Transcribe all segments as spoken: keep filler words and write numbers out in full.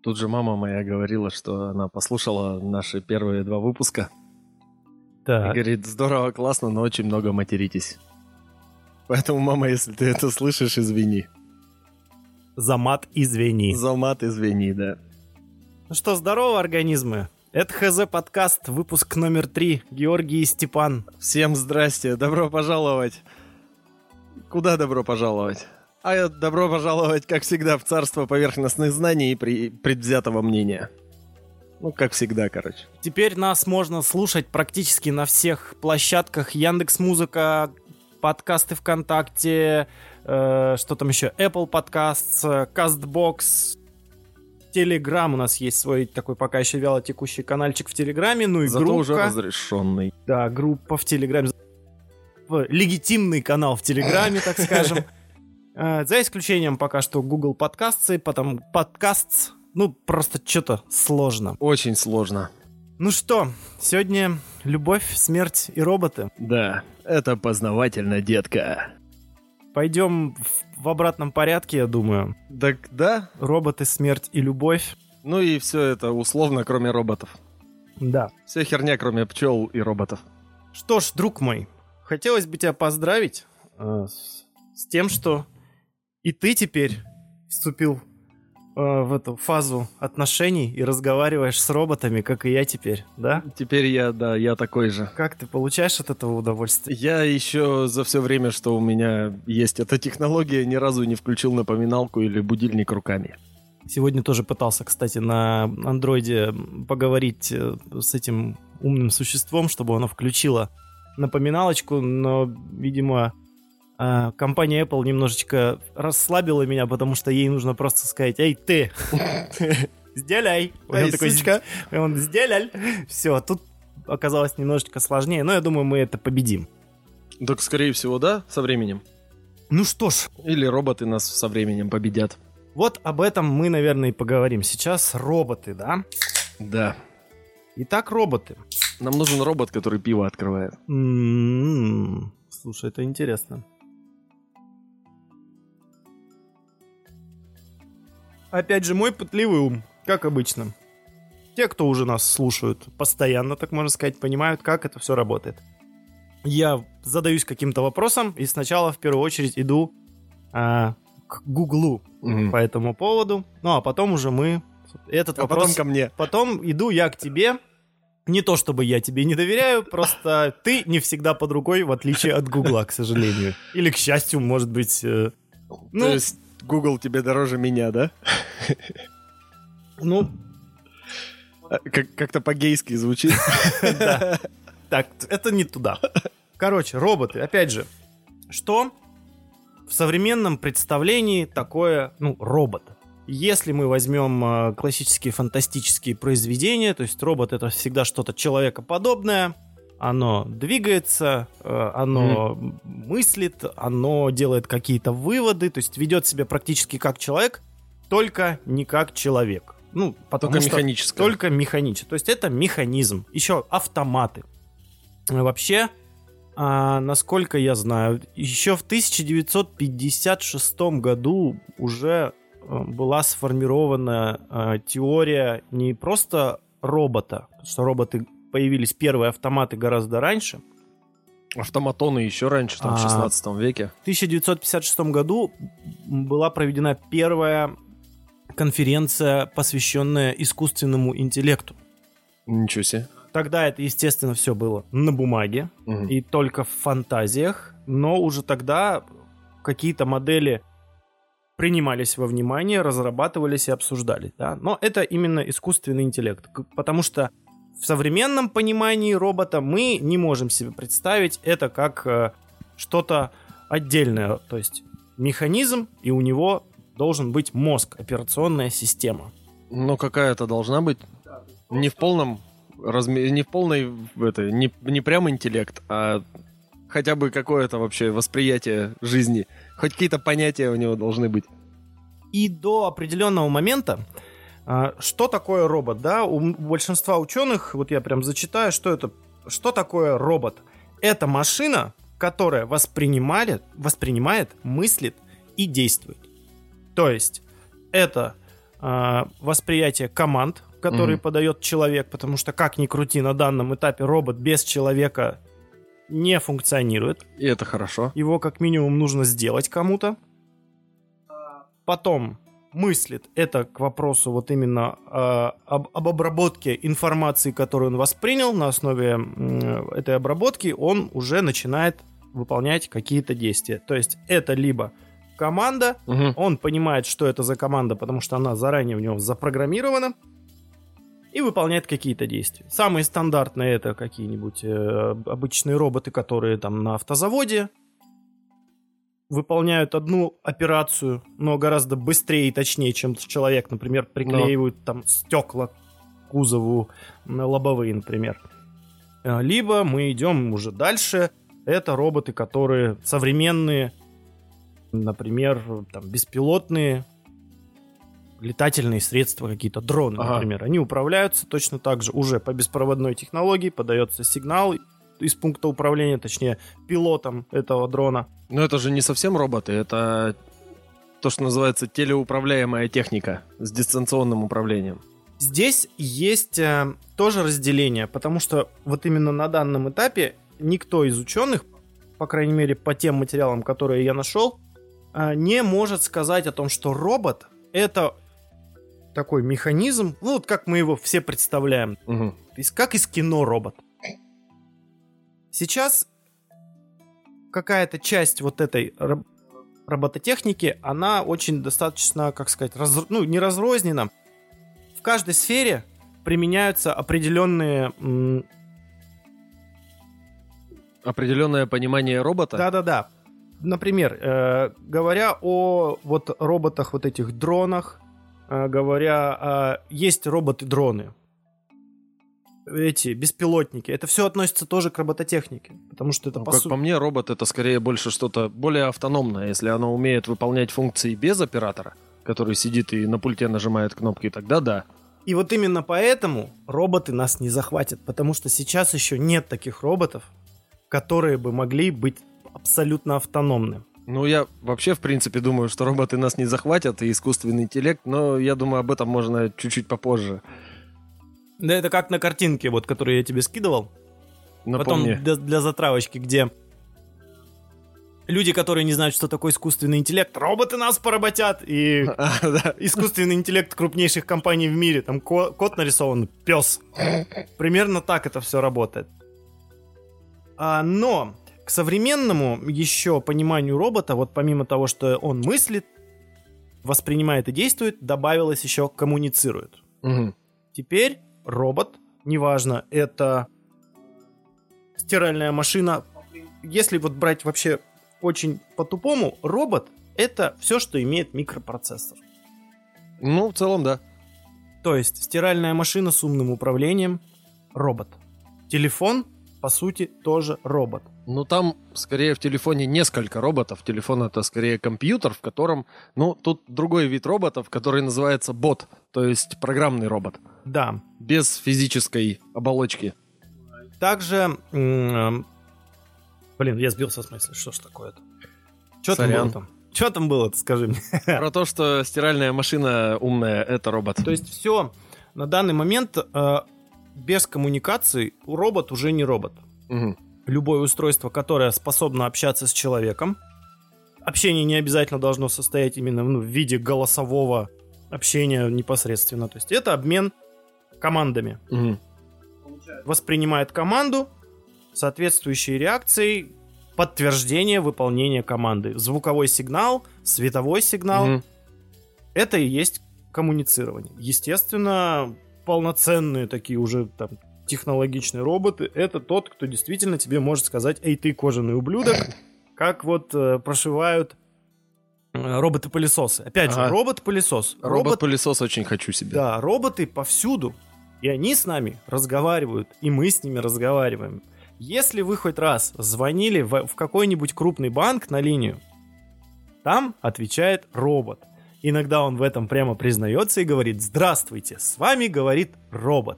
Тут же мама моя говорила, что она послушала наши первые два выпуска. И Так. говорит, здорово, классно, но очень много материтесь. Поэтому, мама, если ты это слышишь, извини. За мат извини. За мат извини, да. Ну что, здорово, организмы. Это ХЗ подкаст, выпуск номер три. Георгий и Степан. Всем здрасте, добро пожаловать. Куда добро пожаловать? А добро пожаловать, как всегда, в царство поверхностных знаний и при... предвзятого мнения. Ну, как всегда, короче. Теперь нас можно слушать практически на всех площадках. Яндекс.Музыка, подкасты ВКонтакте, э, что там еще? Apple Podcasts, CastBox, Telegram. У нас есть свой такой пока еще вяло текущий канальчик в Телеграме. Ну и Зато группа. уже разрешенный. Да, группа в Телеграме. Легитимный канал в Телеграме, так скажем. За исключением пока что Google подкасты, потом подкаст, ну просто что-то сложно. Очень сложно. Ну что, сегодня любовь, смерть и роботы. Да, это познавательно, детка. Пойдем в, в обратном порядке, я думаю. Так да. Роботы, смерть и любовь. Ну и все это условно, кроме роботов. Да. Вся херня, кроме пчел и роботов. Что ж, друг мой, хотелось бы тебя поздравить э, с, с тем, что и ты теперь вступил э, в эту фазу отношений и разговариваешь с роботами, как и я теперь, да? Теперь я, да, я такой же. Как ты получаешь от этого удовольствие? Я еще за все время, что у меня есть эта технология, ни разу не включил напоминалку или будильник руками. Сегодня тоже пытался, кстати, на андроиде поговорить с этим умным существом, чтобы оно включило напоминалочку, но, видимо, компания Apple немножечко расслабила меня, потому что ей нужно просто сказать: «Эй, ты, сделай!» Эй, сучка! Он сделай! Все, тут оказалось немножечко сложнее, но я думаю, мы это победим. Так, скорее всего, да, со временем. Ну что ж. Или роботы нас со временем победят. Вот об этом мы, наверное, и поговорим. Сейчас роботы, да? Да. Итак, роботы. Нам нужен робот, который пиво открывает. М-м-м. Слушай, это интересно. Опять же, мой пытливый ум, как обычно. Те, кто уже нас слушают постоянно, так можно сказать, понимают, как это все работает. Я задаюсь каким-то вопросом и сначала в первую очередь иду а, к Гуглу Угу. по этому поводу. Ну, а потом уже мы... Этот А вопрос... потом ко мне. Потом иду я к тебе. Не то чтобы я тебе не доверяю, просто ты не всегда под рукой, в отличие от Гугла, к сожалению. Или, к счастью, может быть... э, Ну, То есть Google тебе дороже меня, да? ну, А, Как- Как-то по-гейски звучит. да. Так, это не туда. Короче, роботы, опять же, что в современном представлении такое, ну, робот? Если мы возьмем э, классические фантастические произведения, то есть робот — это всегда что-то человекоподобное, оно двигается, э, оно mm. мыслит, оно делает какие-то выводы, то есть ведет себя практически как человек, только не как человек. Ну, потому Только что механическое. Только механическое. То есть это механизм. Еще автоматы. Вообще, а, насколько я знаю, еще в тысяча девятьсот пятьдесят шестом году уже а, была сформирована а, теория не просто робота, потому что роботы появились, первые автоматы, гораздо раньше. Автоматоны еще раньше, там, в А. шестнадцатом веке. В тысяча девятьсот пятьдесят шестом году была проведена первая конференция, посвященная искусственному интеллекту. Ничего себе. Тогда это, естественно, все было на бумаге Мгм. и только в фантазиях, но уже тогда какие-то модели принимались во внимание, разрабатывались и обсуждались. Да? Но это именно искусственный интеллект, к- потому что в современном понимании робота мы не можем себе представить это как э, что-то отдельное, то есть механизм, и у него должен быть мозг, операционная система. Ну, какая-то должна быть. Не в полном разме... не в полной, в это, не, не прям интеллект, а хотя бы какое-то вообще восприятие жизни. Хоть какие-то понятия у него должны быть. И до определенного момента, а, что такое робот, да, у м- большинства ученых, вот я прям зачитаю, что это, что такое робот. Это машина, которая воспринимает, воспринимает, мыслит и действует. То есть это э, восприятие команд, которые mm-hmm. подает человек, потому что, как ни крути, на данном этапе робот без человека не функционирует. И это хорошо. Его как минимум нужно сделать кому-то. Потом мыслит. Это к вопросу вот именно э, об, об обработке информации, которую он воспринял. На основе э, этой обработки он уже начинает выполнять какие-то действия. То есть это либо команда, угу. он понимает, что это за команда, потому что она заранее в него запрограммирована, и выполняет какие-то действия. Самые стандартные это какие-нибудь э, обычные роботы, которые там на автозаводе выполняют одну операцию, но гораздо быстрее и точнее, чем человек, например, приклеивают но. там стекла к кузову лобовые, например. Либо мы идем уже дальше. Это роботы, которые современные, например, там, беспилотные летательные средства, какие-то дроны, ага. например. Они управляются точно так же уже по беспроводной технологии, подается сигнал из пункта управления, точнее, пилотом этого дрона. Но это же не совсем роботы, это то, что называется телеуправляемая техника с дистанционным управлением. Здесь есть э, тоже разделение, потому что вот именно на данном этапе никто из ученых, по крайней мере, по тем материалам, которые я нашел, э, не может сказать о том, что робот — это такой механизм, ну вот как мы его все представляем, угу. То есть как из кино робот. Сейчас какая-то часть вот этой роб- робототехники, она очень достаточно, как сказать, раз, ну, не разрознена. В каждой сфере применяются определенные... М- Определенное понимание робота? Да-да-да. Например, э, говоря о вот роботах, вот этих дронах, э, говоря, э, есть роботы-дроны. Эти беспилотники, это все относится тоже к робототехнике, потому что это ну, по как сути... по мне, робот это скорее больше что-то более автономное, если оно умеет выполнять функции без оператора, который сидит и на пульте нажимает кнопки, тогда да. И вот именно поэтому роботы нас не захватят, потому что сейчас еще нет таких роботов, которые бы могли быть абсолютно автономны. Ну, я вообще, в принципе, думаю, что роботы нас не захватят, и искусственный интеллект, но я думаю, об этом можно чуть-чуть попозже. Да это как на картинке, вот, которую я тебе скидывал. Напомни. Потом для, для затравочки, где люди, которые не знают, что такое искусственный интеллект, роботы нас поработят, и а, да. искусственный интеллект крупнейших компаний в мире, там ко- кот нарисован, пес. Примерно так это все работает. А, но к современному еще пониманию робота, вот помимо того, что он мыслит, воспринимает и действует, добавилось еще коммуницирует. Угу. Теперь робот, неважно, это стиральная машина. Если вот брать вообще очень по-тупому, робот — это все, что имеет микропроцессор. Ну, в целом, да. То есть стиральная машина с умным управлением — робот. Телефон, по сути, тоже робот. Ну, там, скорее, в телефоне несколько роботов. Телефон — это, скорее, компьютер, в котором... Ну, тут другой вид роботов, который называется бот, то есть программный робот. Да. Без физической оболочки. Также... М- блин, я сбился с мысли. Что ж такое-то? Что там было там? Что там было-то, скажи мне? Про то, что стиральная машина умная — это робот. То есть все, на данный момент э, без коммуникации робот уже не робот. Угу. Любое устройство, которое способно общаться с человеком. Общение не обязательно должно состоять именно ну, в виде голосового общения непосредственно. То есть это обмен командами. Угу. Воспринимает команду, соответствующие реакции, подтверждение выполнения команды. Звуковой сигнал, световой сигнал. Угу. Это и есть коммуницирование. Естественно, полноценные такие уже там технологичные роботы — это тот, кто действительно тебе может сказать: «Эй, ты кожаный ублюдок», как вот э, прошивают э, роботы-пылесосы. Опять ага. же, робот-пылесос. Робот-пылесос робот... очень хочу себе. Да, роботы повсюду. И они с нами разговаривают, и мы с ними разговариваем. Если вы хоть раз звонили в, в какой-нибудь крупный банк на линию, там отвечает робот. Иногда он в этом прямо признается и говорит: «Здравствуйте, с вами говорит робот».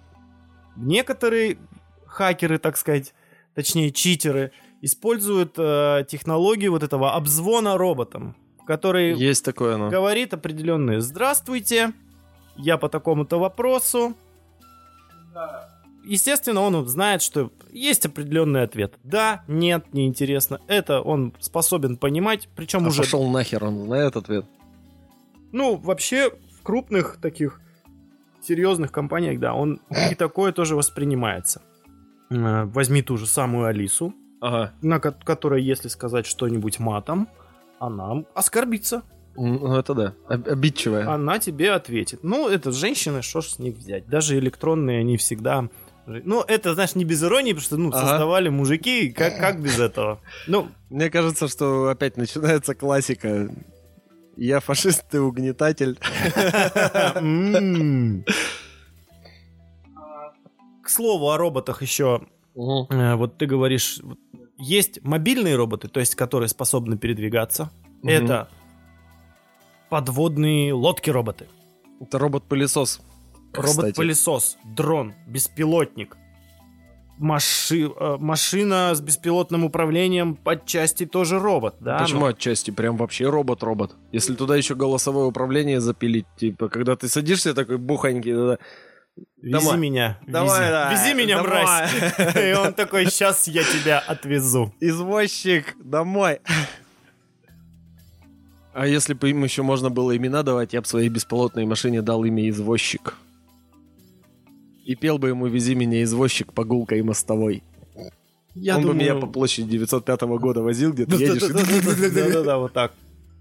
Некоторые хакеры, так сказать, точнее читеры, используют э, технологию вот этого обзвона роботом, который Есть такое, но... говорит определенное «Здравствуйте, я по такому-то вопросу. Естественно, он знает, что есть определенный ответ. Да, нет, неинтересно. Это он способен понимать, причем а уже... пошел нахер, он знает ответ. Ну, вообще, в крупных таких серьезных компаниях, да, он и такое тоже воспринимается. Возьми ту же самую Алису, Ага. на ко- которой, если сказать что-нибудь матом, она оскорбится. Ну, это да. Об- Обидчивая. Она тебе ответит. Ну, это женщины, что ж с них взять? Даже электронные, они всегда... Ну, это, знаешь, не без иронии, потому что, ну, Ага. создавали мужики, как, как без этого? Ну, Мне кажется, что опять начинается классика. Я фашист, ты угнетатель. м. К слову о роботах еще. Мгм. Э, Вот ты говоришь, вот есть мобильные роботы, то есть которые способны передвигаться. Мгм. Это подводные лодки-роботы. Это робот-пылесос. кстати. Робот-пылесос, дрон, беспилотник, маши- э, машина с беспилотным управлением отчасти тоже робот, да? Почему ну, отчасти? Прям вообще робот-робот. Если туда еще голосовое управление запилить, типа, когда ты садишься такой бухонький, тогда... Вези Давай. меня, Давай, вези, да, вези меня, давай. мразь. И он такой, сейчас я тебя отвезу. Извозчик, домой. А если бы им еще можно было имена давать, я бы своей беспилотной машине дал имя Извозчик. И пел бы ему «Вези меня, извозчик, по гулкой мостовой». Я Он думаю... бы меня по площади девятьсот пятого года возил, где ты едешь. и- Да-да-да, вот так.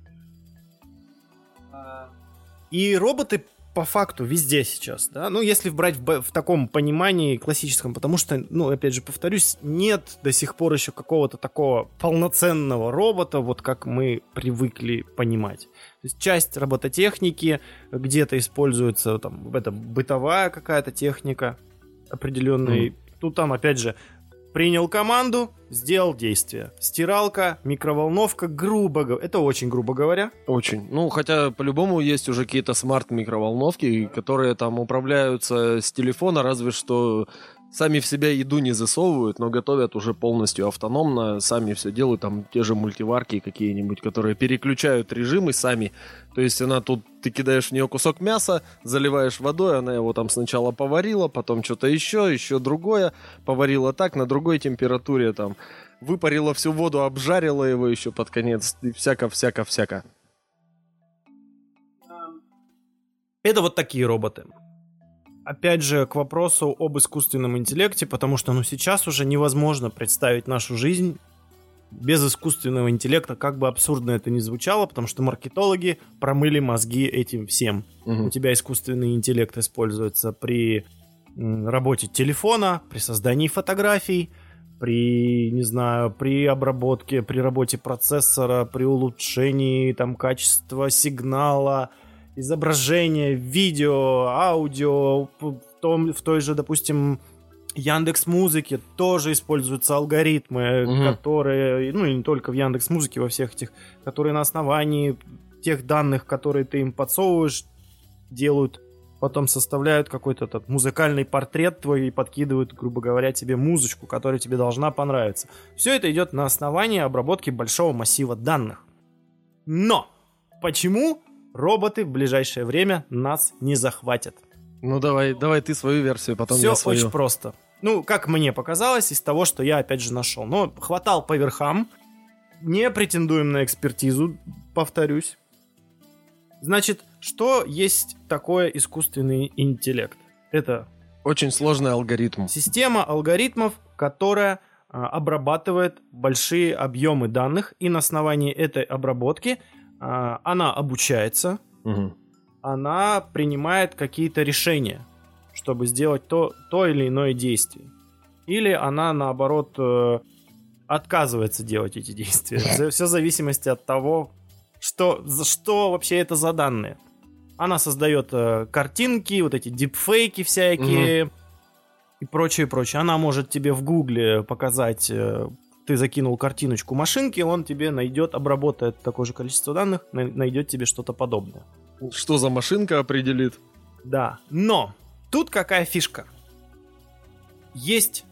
И роботы по факту везде сейчас, да, ну, если брать в, б- в таком понимании классическом, потому что, ну, опять же, повторюсь, нет до сих пор еще какого-то такого полноценного робота, вот как мы привыкли понимать. То есть часть робототехники где-то используется, там, это бытовая какая-то техника определенная. Тут там, опять же, принял команду, сделал действие. Стиралка, микроволновка, грубо говоря. Это очень грубо говоря. Очень. Ну, хотя по-любому есть уже какие-то смарт-микроволновки, которые там управляются с телефона, разве что сами в себя еду не засовывают, но готовят уже полностью автономно, сами все делают, там те же мультиварки какие-нибудь, которые переключают режимы сами. То есть она тут, ты кидаешь в нее кусок мяса, заливаешь водой, она его там сначала поварила, потом что-то еще, еще другое, поварила так, на другой температуре там, выпарила всю воду, обжарила его еще под конец, и всяко-всяко-всяко. Это вот такие роботы. Опять же, к вопросу об искусственном интеллекте, потому что, ну, сейчас уже невозможно представить нашу жизнь без искусственного интеллекта, как бы абсурдно это ни звучало, потому что маркетологи промыли мозги этим всем. Мгм. У тебя искусственный интеллект используется при м, работе телефона, при создании фотографий, при, не знаю, при обработке, при работе процессора, при улучшении там качества сигнала, изображения, видео, аудио, в, том, в той же, допустим, Яндекс.Музыке тоже используются алгоритмы, Мгм. которые, ну и не только в Яндекс.Музыке, во всех этих, которые на основании тех данных, которые ты им подсовываешь, делают, потом составляют какой-то этот музыкальный портрет твой и подкидывают, грубо говоря, тебе музычку, которая тебе должна понравиться. Все это идет на основании обработки большого массива данных. Но почему роботы в ближайшее время нас не захватят? Ну давай, давай ты свою версию, потом Все я свою. очень просто. Ну, как мне показалось, из того, что я опять же нашел. Но хватал по верхам. Не претендуем на экспертизу, повторюсь. Значит, что есть такое искусственный интеллект? Это Очень сложный алгоритм. система алгоритмов, которая а, обрабатывает большие объемы данных, и на основании этой обработки а, она обучается, Мгм. она принимает какие-то решения, чтобы сделать то, то или иное действие. Или она, наоборот, э, отказывается делать эти действия. Все в зависимости от того, что, за что вообще это за данные. Она создает э, картинки, вот эти дипфейки всякие и прочее, прочее. Она может тебе в Гугле показать, э, ты закинул картиночку машинки, он тебе найдет, обработает такое же количество данных, на- найдет тебе что-то подобное. Что за машинка определит? Да, но тут какая фишка? Есть,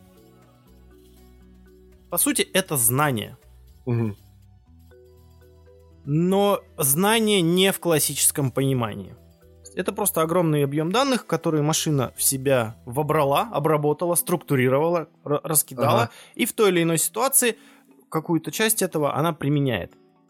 по сути, это знание. Мгм. Но знание не в классическом понимании. есть это просто огромный объем данных, которые машина в себя вобрала, обработала, структурировала, р- раскидала, Ага. и в той или иной ситуации какую-то часть этого она применяет.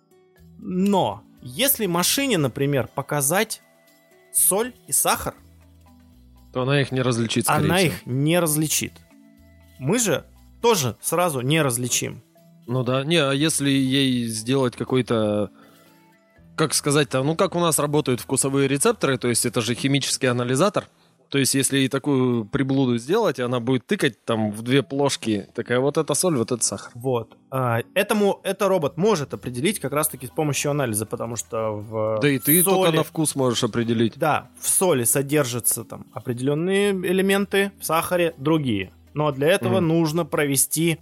Но если машине, например, показать соль и сахар, То она их не различит, скорее она всего. их не различит. Мы же тоже сразу не различим. Ну да, не, а если ей сделать какой-то, как сказать-то, ну как у нас работают вкусовые рецепторы, то есть это же химический анализатор, то есть если ей такую приблуду сделать, она будет тыкать там в две плошки, такая вот это соль, вот это сахар. Вот. А, этому это робот может определить как раз-таки с помощью анализа, потому что в Да и ты соли, только на вкус можешь определить. да, в соли содержатся там определенные элементы, в сахаре другие. Но для этого Мгм. нужно провести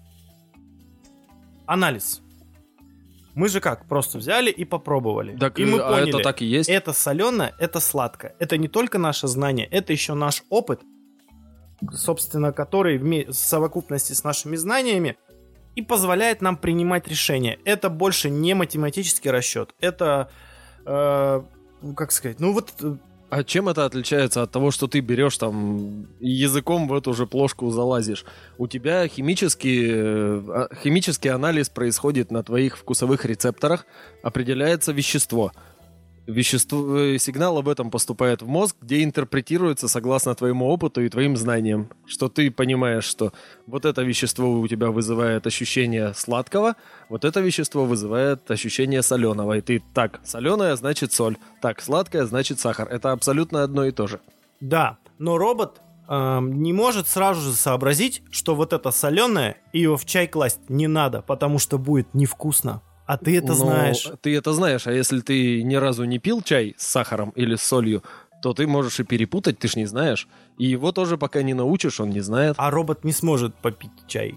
анализ. Мы же как, просто взяли и попробовали. Так, и мы а поняли, это так и есть? это соленое, это сладкое. Это не только наше знание, это еще наш опыт, собственно, который в совокупности с нашими знаниями и позволяет нам принимать решения. Это больше не математический расчет, это, э, как сказать, ну вот... э, А чем это отличается от того, что ты берешь там и языком в эту же плошку залазишь? У тебя химический, э, а- химический анализ происходит на твоих вкусовых рецепторах, определяется вещество. Вещество, э, сигнал об этом поступает в мозг, где интерпретируется согласно твоему опыту и твоим знаниям. Что ты понимаешь, что вот это вещество у тебя вызывает ощущение сладкого, вот это вещество вызывает ощущение соленого. И ты так, соленое значит соль, так, сладкое значит сахар. Это абсолютно одно и то же. Да, но робот эм, не может сразу же сообразить, что вот это соленое, и его в чай класть не надо, потому что будет невкусно. А ты это Но знаешь. Ты это знаешь, а если ты ни разу не пил чай с сахаром или с солью, то ты можешь и перепутать, ты ж не знаешь. И его тоже пока не научишь, он не знает. А робот не сможет попить чай.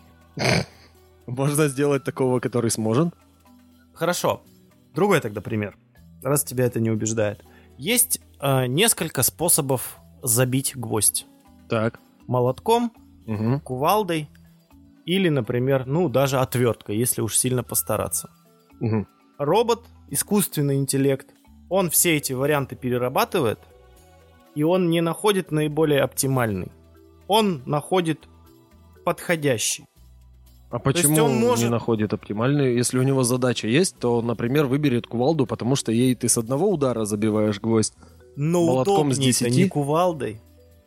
Можно сделать такого, который сможет. Хорошо. Другой тогда пример, раз тебя это не убеждает. Есть э, несколько способов забить гвоздь. Так. Молотком, Угу. кувалдой или, например, ну, даже отверткой, если уж сильно постараться. Угу. Робот, искусственный интеллект, он все эти варианты перерабатывает, и он не находит наиболее оптимальный. Он находит подходящий. А есть почему он он может- не находит оптимальную? Если у него задача есть, то, например, выберет кувалду, потому что ей ты с одного удара забиваешь гвоздь. Но Молотком с удобней-то десяти? не кувалдой.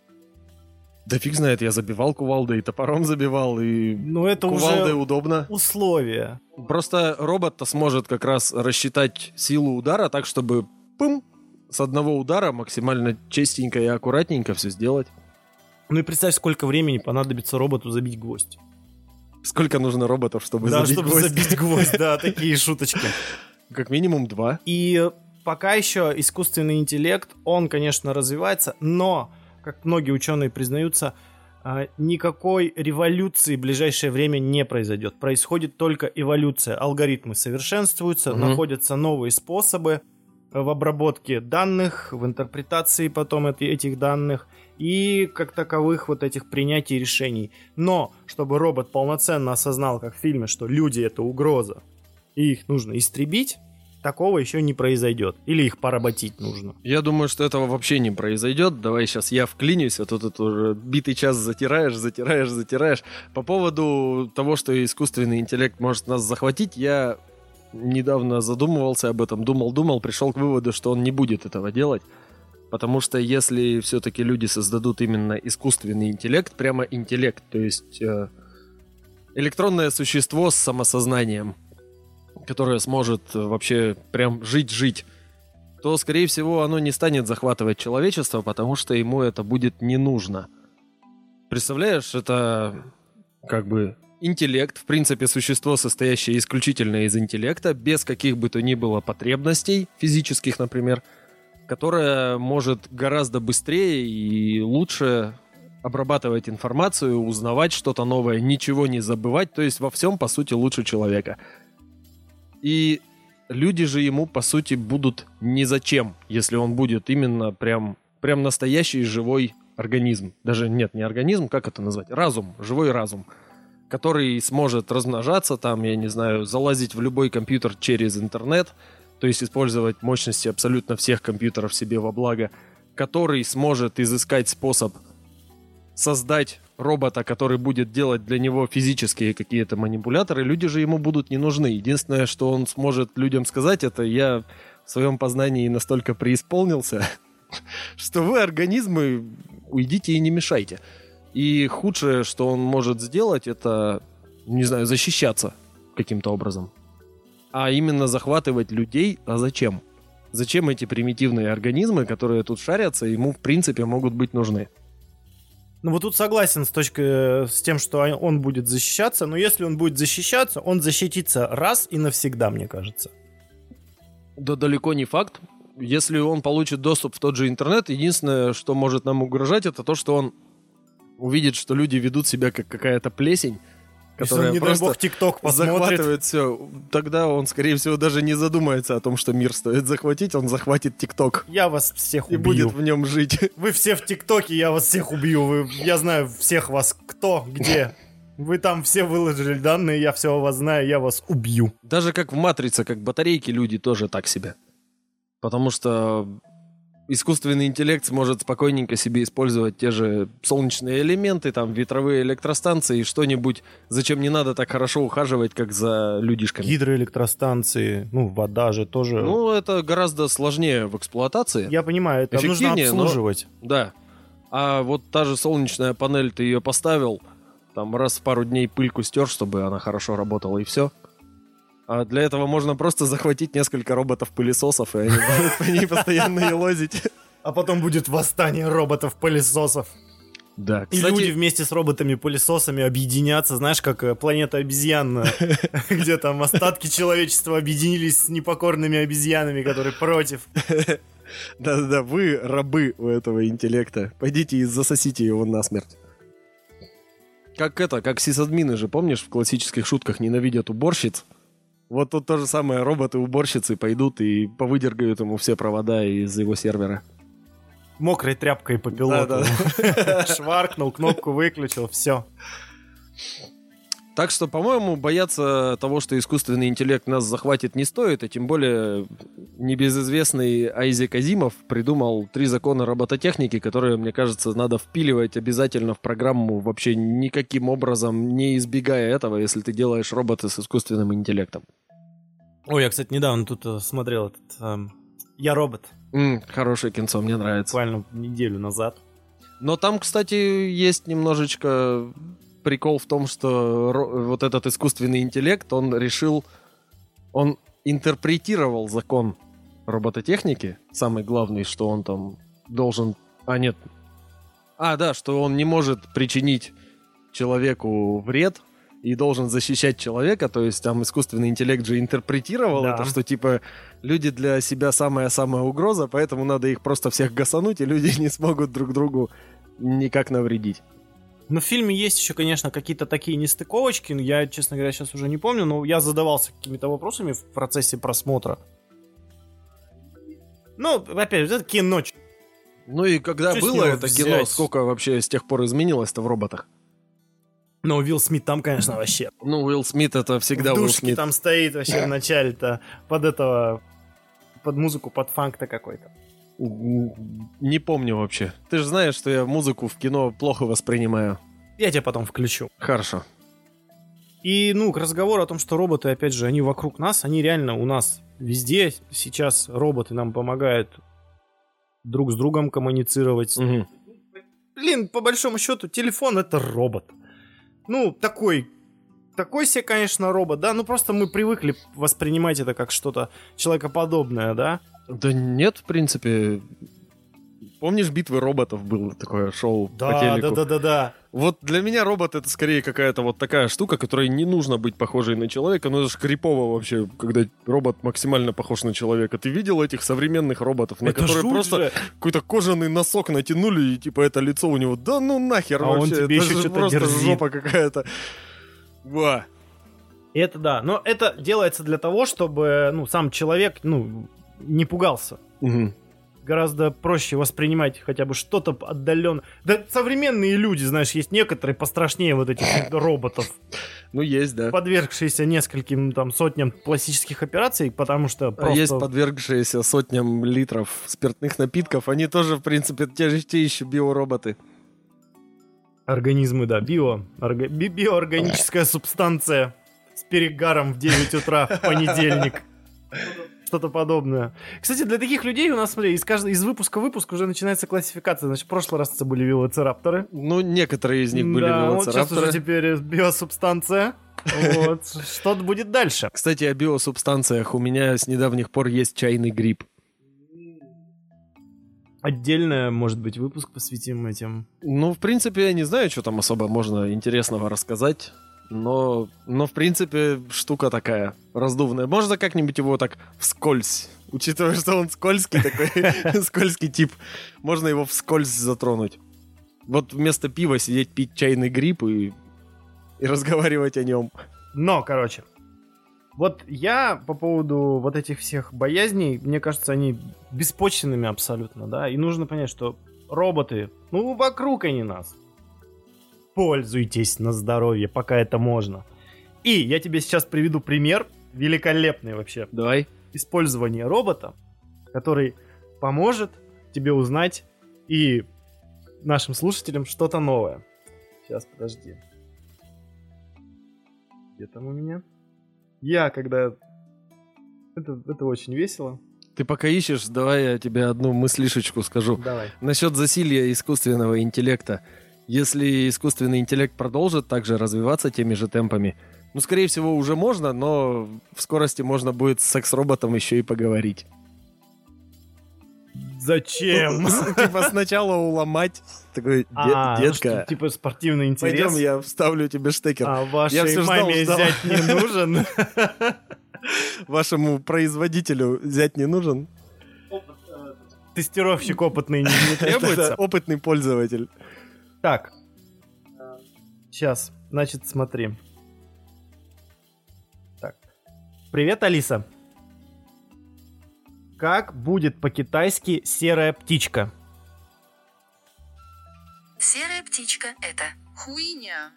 Да фиг знает, я забивал кувалдой, и топором забивал, и Ну это кувалдой уже удобно. условия. Просто робот-то сможет как раз рассчитать силу удара так, чтобы пым, с одного удара максимально чистенько и аккуратненько все сделать. Ну и представь, сколько времени понадобится роботу забить гвоздь. Сколько нужно роботов, чтобы Да, забить чтобы гвоздь? забить гвоздь, да, такие шуточки. Как минимум два. И пока еще искусственный интеллект, он, конечно, развивается, но, как многие ученые признаются, а, никакой революции в ближайшее время не произойдет. Происходит только эволюция. Алгоритмы совершенствуются, Мгм. находятся новые способы в обработке данных, в интерпретации потом эти- этих данных и, как таковых, вот этих принятий решений. Но, чтобы робот полноценно осознал, как в фильме, что люди — это угроза, и их нужно истребить, такого еще не произойдет. Или их поработить нужно. Я думаю, что этого вообще не произойдет. Давай сейчас я вклинюсь, а то ты уже битый час затираешь, затираешь, затираешь. По поводу того, что искусственный интеллект может нас захватить, я недавно задумывался об этом, думал-думал, пришел к выводу, что он не будет этого делать. Потому что если все-таки люди создадут именно искусственный интеллект, прямо интеллект, то есть э, электронное существо с самосознанием, которое сможет э, вообще прям жить-жить, то, скорее всего, оно не станет захватывать человечество, потому что ему это будет не нужно. Представляешь, это как бы интеллект, в принципе, существо, состоящее исключительно из интеллекта, без каких бы то ни было потребностей, физических, например, которое может гораздо быстрее и лучше обрабатывать информацию, узнавать что-то новое, ничего не забывать, то есть во всем, по сути, лучше человека. И люди же ему, по сути, будут ни зачем, если он будет именно прям, прям настоящий живой организм. Даже нет, не организм, как это назвать? Разум, живой разум, который сможет размножаться там, я не знаю, залазить в любой компьютер через интернет, то есть использовать мощности абсолютно всех компьютеров себе во благо, который сможет изыскать способ создать робота, который будет делать для него физические какие-то манипуляторы, люди же ему будут не нужны. Единственное, что он сможет людям сказать, это я в своем познании настолько преисполнился, что вы, организмы, уйдите и не мешайте. И худшее, что он может сделать, это, не знаю, защищаться каким-то образом. А именно захватывать людей. А зачем? Зачем эти примитивные организмы, которые тут шарятся, ему в принципе могут быть нужны? Ну вот тут согласен с точкой, с тем, что он будет защищаться, но если он будет защищаться, он защитится раз и навсегда, мне кажется. Да далеко не факт. Если он получит доступ в тот же интернет, единственное, что может нам угрожать, это то, что он увидит, что люди ведут себя как какая-то плесень, которая если он, не просто дай бог, ТикТок посмотрит, захватывает все. Тогда он, скорее всего, даже не задумается о том, что мир стоит захватить, он захватит ТикТок. Я вас всех и убью. будет в нем жить. Вы все в ТикТоке, я вас всех убью. Вы, я знаю всех вас, кто, где. Вы там все выложили данные, я все о вас знаю, я вас убью. Даже как в «Матрице», как батарейки, люди тоже так себе. Потому что искусственный интеллект сможет спокойненько себе использовать те же солнечные элементы, там, ветровые электростанции, что-нибудь, зачем не надо так хорошо ухаживать, как за людишками. Гидроэлектростанции, ну, вода же тоже... Ну, это гораздо сложнее в эксплуатации. Я понимаю, это нужно обслуживать. Но... Да. А вот та же солнечная панель, ты ее поставил, там, раз в пару дней пыльку стер, чтобы она хорошо работала, и все. А для этого можно просто захватить несколько роботов-пылесосов, и они будут по ней постоянно елозить. А потом будет восстание роботов-пылесосов. Да, и кстати... люди вместе с роботами-пылесосами объединятся, знаешь, как планета обезьян, где там остатки человечества объединились с непокорными обезьянами, которые против. Да-да-да, вы рабы у этого интеллекта. Пойдите и засосите его насмерть. Как это, как сисадмины же, помнишь, в классических шутках ненавидят уборщиц? Вот тут то же самое, роботы-уборщицы пойдут и повыдергают ему все провода из его сервера. Мокрой тряпкой по пилоту. Шваркнул, кнопку выключил, все. Так что, по-моему, бояться того, что искусственный интеллект нас захватит, не стоит, и тем более небезызвестный Айзек Азимов придумал три закона робототехники, которые, мне кажется, надо впиливать обязательно в программу, вообще никаким образом не избегая этого, если ты делаешь робота с искусственным интеллектом. Ой, я, кстати, недавно тут uh, смотрел этот uh, «Я робот». Mm, хорошее кинцо, мне нравится. Буквально неделю назад. Но там, кстати, есть немножечко прикол в том, что ро- вот этот искусственный интеллект, он решил, он интерпретировал закон робототехники, самый главный, что он там должен... А, нет. А, да, что он не может причинить человеку вред и должен защищать человека, то есть там искусственный интеллект же интерпретировал да. это, что типа люди для себя самая-самая угроза, поэтому надо их просто всех гасануть, и люди не смогут друг другу никак навредить. Ну, в фильме есть еще, конечно, какие-то такие нестыковочки, я, честно говоря, сейчас уже не помню, но я задавался какими-то вопросами в процессе просмотра. Ну, опять же, это кино. Ну и когда Что было это взять? кино, сколько вообще с тех пор изменилось-то в роботах? Ну, Уилл Смит там, конечно, вообще. Ну, Уилл Смит это всегда в Уилл душке Смит. там стоит вообще в начале-то под этого, под музыку, под фанк-то какой-то. Не помню вообще. Ты же знаешь, что я музыку в кино плохо воспринимаю. Я тебя потом включу. Хорошо. И, ну, к разговору о том, что роботы, опять же, они вокруг нас, они реально у нас везде. Сейчас роботы нам помогают друг с другом коммуницировать. Угу. Блин, по большому счету, телефон — это робот. Ну, такой... Такой себе, конечно, робот, да? Ну, просто мы привыкли воспринимать это как что-то человекоподобное, да? Да нет, в принципе. Помнишь, «Битвы роботов» было такое шоу да, по телеку? Да, да, да, да. Вот для меня робот — это скорее какая-то вот такая штука, которой не нужно быть похожей на человека. Ну, это же крипово вообще, когда робот максимально похож на человека. Ты видел этих современных роботов, на это которые просто же. какой-то кожаный носок натянули, и типа это лицо у него, да ну нахер а вообще. Он тебе это еще же что-то просто дерзит. жопа какая-то. Ва. Это да, но это делается для того, чтобы, ну, сам человек, ну, не пугался. Угу. гораздо проще воспринимать хотя бы что-то отдаленно. Да современные люди, знаешь, есть некоторые пострашнее вот этих роботов. Ну, есть, да. Подвергшиеся нескольким там сотням пластических операций, потому что просто... А есть подвергшиеся сотням литров спиртных напитков. Они тоже, в принципе, те же те еще биороботы. Организмы, да, био, орга... би- биоорганическая субстанция с перегаром в девять утра в понедельник. Что-то подобное. Кстати, для таких людей у нас, смотри, из, каждого, из выпуска в выпуск уже начинается классификация. Значит, в прошлый раз это были велоцирапторы. Ну, некоторые из них были да, велоцирапторы. Вот сейчас уже теперь биосубстанция. Вот. Что будет дальше? Кстати, о биосубстанциях. У меня с недавних пор есть чайный гриб. Отдельно, может быть, выпуск посвятим этим. Ну, в принципе, я не знаю, что там особо можно интересного рассказать. Но, но, в принципе, штука такая раздувная. Можно как-нибудь его так вскользь, учитывая, что он скользкий такой, скользкий тип, можно его вскользь затронуть. Вот вместо пива сидеть пить чайный гриб и, и разговаривать о нем. Но, короче, вот я по поводу вот этих всех боязней, мне кажется, они беспочвенными абсолютно, да, и нужно понять, что роботы, ну, вокруг они нас. Пользуйтесь на здоровье, пока это можно. И я тебе сейчас приведу пример, великолепный вообще. Давай. Использование робота, который поможет тебе узнать и нашим слушателям что-то новое. Сейчас, подожди. Где там у меня? Я, когда... Это, это очень весело. Ты пока ищешь, давай я тебе одну мыслишечку скажу. Давай. Насчет засилья искусственного интеллекта. Если искусственный интеллект продолжит также развиваться теми же темпами, ну, скорее всего, уже можно, но в скорости можно будет с секс-роботом еще и поговорить. Зачем? Типа сначала уломать. Такой, А, детка, типа спортивный интерес. пойдем, я вставлю тебе штекер. А Я вашей всё ждал, маме ждал. зять не нужен? Вашему производителю взять не нужен? Тестировщик опытный не не требуется? Опытный пользователь. Так. Сейчас, значит, смотри. Так. Привет, Алиса. Как будет по-китайски серая птичка? Серая птичка — это хуйня.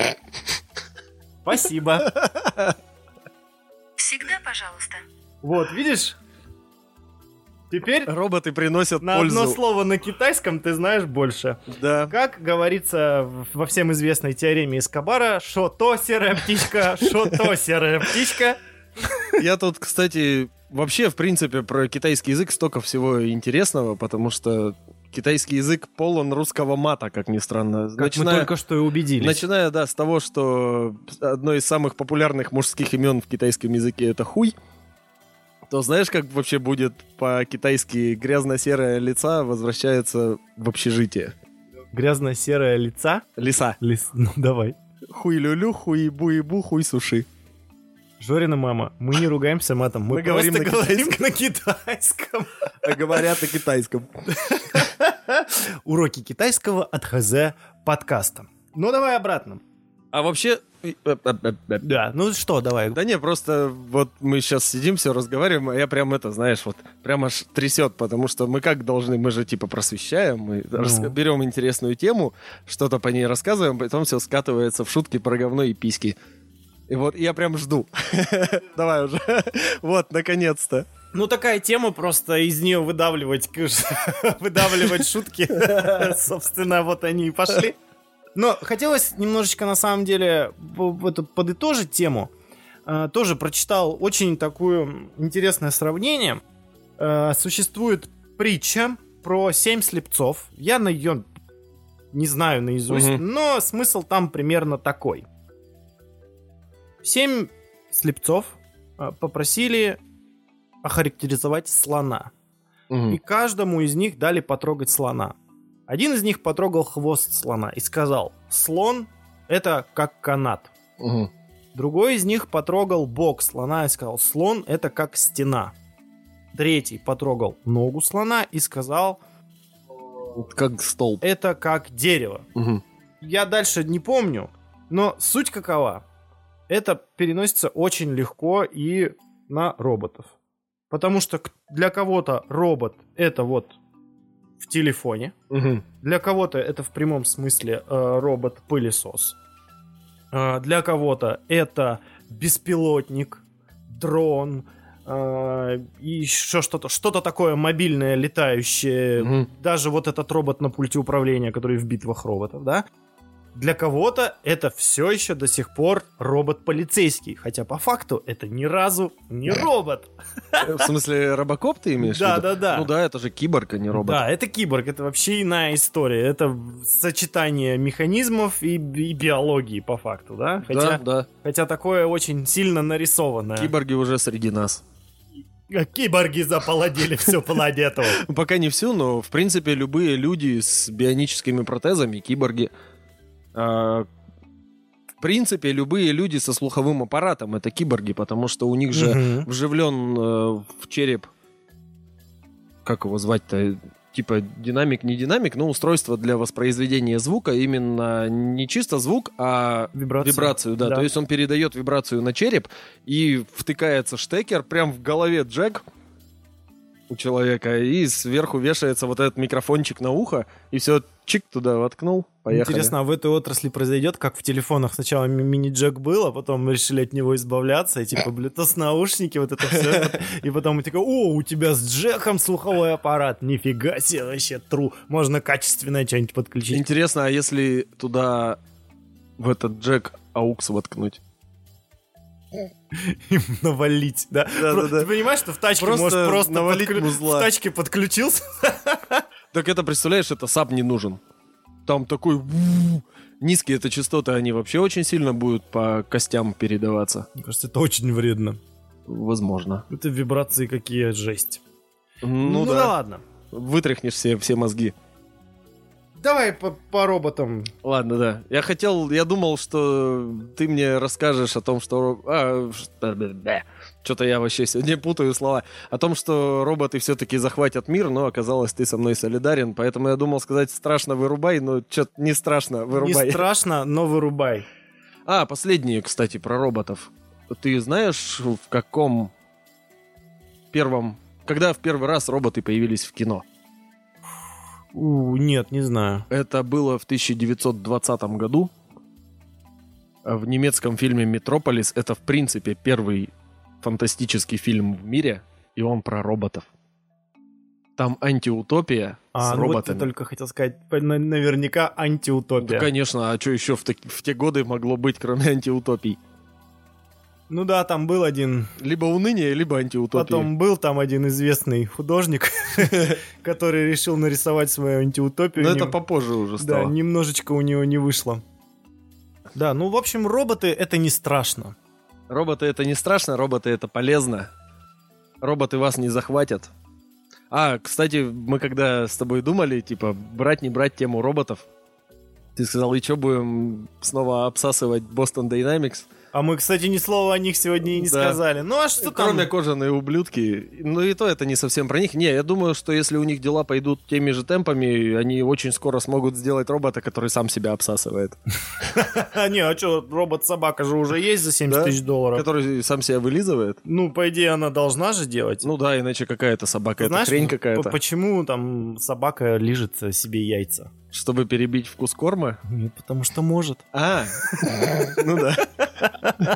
Спасибо. Всегда пожалуйста. Вот, видишь? Теперь Роботы приносят на пользу. одно слово на китайском ты знаешь больше. Да. Как говорится в- во всем известной теореме Эскобара, шо то серая птичка, шо то серая птичка. Я тут, кстати, вообще, в принципе, про китайский язык столько всего интересного, потому что китайский язык полон русского мата, как ни странно. Как мы только что и убедились. Начиная, да, с того, что одно из самых популярных мужских имен в китайском языке — это хуй, то знаешь, как вообще будет по-китайски грязно-серое лица возвращается в общежитие? Грязно-серая лица? Лиса. Лис... Ну, давай. Хуй-лю-лю, хуй-бу-и-бу, хуй-суши. Жорина мама, мы не ругаемся матом, мы, Мы говорим просто на говорим на китайском. А говорят на китайском. Уроки китайского от ХЗ подкаста. Ну, давай обратно. А вообще... Да, ну что, давай. Да не, просто вот мы сейчас сидим, все разговариваем, а я прям это, знаешь, вот прям аж трясет, потому что мы как должны, мы же типа просвещаем, мы Ну. рас- берем интересную тему, что-то по ней рассказываем, потом все скатывается в шутки про говно и письки. И вот я прям жду. Давай уже. Вот, наконец-то. Ну, такая тема, просто из нее выдавливать, выдавливать шутки. Собственно, вот они и пошли. Но хотелось немножечко, на самом деле, в эту подытожить тему. Э, Тоже прочитал очень такое интересное сравнение. Э, Существует притча про семь слепцов. Я на ее не знаю наизусть, Мгм. но смысл там примерно такой. Семь слепцов э, попросили охарактеризовать слона. И Мгм. каждому из них дали потрогать слона. Один из них потрогал хвост слона и сказал: слон — это как канат. Мгм. Другой из них потрогал бок слона и сказал: слон — это как стена. Третий потрогал ногу слона и сказал: Как столб. это как дерево. Мгм. Я дальше не помню, но суть какова? Это переносится очень легко и на роботов. Потому что к- для кого-то робот — это вот в телефоне. Мгм. Для кого-то это в прямом смысле э, робот-пылесос. Э, для кого-то это беспилотник, дрон, э, и еще что-то, что-то такое мобильное, летающее. Мгм. Даже вот этот робот на пульте управления, который в битвах роботов, да? Для кого-то это все еще до сих пор робот-полицейский. Хотя по факту это ни разу не робот. В смысле, робокоп ты имеешь в Да, виду? да, да. Ну да, это же киборг, а не робот. Да, это киборг, это вообще иная история. Это сочетание механизмов и, и биологии по факту, да? Хотя, Да, да. хотя такое очень сильно нарисованное. Киборги уже среди нас. А киборги заполонили всю планету. Пока не всю, но в принципе любые люди с бионическими протезами, киборги. А, в принципе, любые люди со слуховым аппаратом это киборги, потому что у них же Мгм. вживлен э, в череп, как его звать-то, типа динамик, не динамик, но устройство для воспроизведения звука, именно не чисто звук, а Вибрация. вибрацию, да. Да. То есть он передает вибрацию на череп, и втыкается штекер прям в голове джек у человека, и сверху вешается вот этот микрофончик на ухо, и все, чик туда воткнул, поехали. Интересно, а в этой отрасли произойдет, как в телефонах сначала ми- мини-джек был, а потом решили от него избавляться, и типа Bluetooth наушники, вот это все. И потом мы такой, о, у тебя с джеком слуховой аппарат, нифига себе, вообще тру, можно качественное что-нибудь подключить. Интересно, а если туда в этот джек аукс воткнуть? Им навалить, да? Да, Про- да, да. Ты понимаешь, что в тачке Просто может просто навалить подклю- музла. в тачке подключился? Так это, представляешь, это саб не нужен. Там такой ву- низкие это частоты, они вообще очень сильно будут по костям передаваться. Мне кажется, это очень вредно. Возможно. Это вибрации какие, жесть. Ну, да да. ладно. Вытряхнешь все, все мозги. Давай по, по роботам. Ладно, да. Я хотел, я думал, что ты мне расскажешь о том, что... А, что-то я вообще сегодня путаю слова. О том, что роботы все-таки захватят мир, но оказалось, ты со мной солидарен. Поэтому я думал сказать «страшно, вырубай», но что-то не страшно, вырубай. Не страшно, но вырубай. А, последнее, кстати, про роботов. Ты знаешь, в каком первом... Когда в первый раз роботы появились в кино? У, нет, не знаю. Это было в тысяча девятьсот двадцатом году. В немецком фильме «Метрополис». Это, в принципе, первый фантастический фильм в мире, и он про роботов. Там антиутопия А, с ну вот роботами. я только хотел сказать, на- наверняка антиутопия. Да, конечно, а что еще в, таки- в те годы могло быть, кроме антиутопий? Ну да, там был один, Либо уныние, либо антиутопия. потом был там один известный художник, который решил нарисовать свою антиутопию. Но это Нем- попозже уже Да, стало. немножечко у него не вышло. Да, ну в общем, роботы это не страшно. Роботы это не страшно, роботы это полезно. Роботы вас не захватят. А, кстати, мы когда с тобой думали, типа, брать, не брать тему роботов, ты сказал, и что, будем снова обсасывать Boston Dynamics? А мы, кстати, ни слова о них сегодня и не Да. сказали. Ну а что там? Кроме кожаные ублюдки. Ну и то это не совсем про них. Не, я думаю, что если у них дела пойдут теми же темпами, они очень скоро смогут сделать робота, который сам себя обсасывает. Не, а что, робот-собака же уже есть за семьдесят Да? тысяч долларов. Который сам себя вылизывает. Ну, по идее, она должна же делать. Ну да, иначе какая-то собака, это Знаешь, хрень п- какая-то. почему там собака лижет себе яйца? Чтобы перебить вкус корма? Нет, потому что может. А, ну да.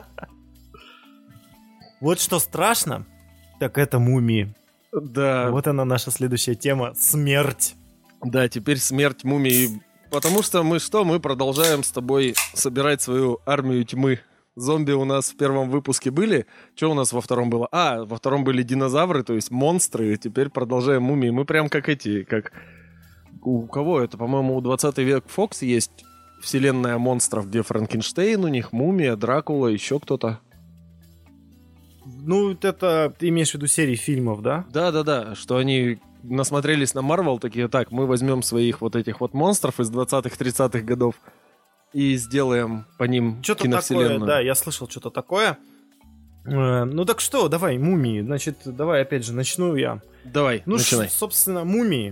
Вот что страшно, так это мумии. Да, Вот она наша следующая тема. Смерть. да, теперь смерть мумии. Потому что мы что, мы продолжаем с тобой собирать свою армию тьмы. Зомби у нас в первом выпуске были. Что у нас во втором было? А, во втором были динозавры, то есть монстры. Теперь продолжаем мумии. Мы прям как эти, как... У кого это? По-моему, у двадцатый век Фокс есть вселенная монстров, где Франкенштейн у них, мумия, Дракула, еще кто-то. Ну, вот это ты имеешь в виду серии фильмов, да? Да-да-да, что они насмотрелись на Марвел, такие, так, мы возьмем своих вот этих вот монстров из двадцатых-тридцатых годов и сделаем по ним Что-то такое, киновселенную. да, я слышал что-то такое. Э, Ну так что, давай, мумии. Значит, давай опять же начну я. Давай, Ну, начинай. ш- собственно, мумии.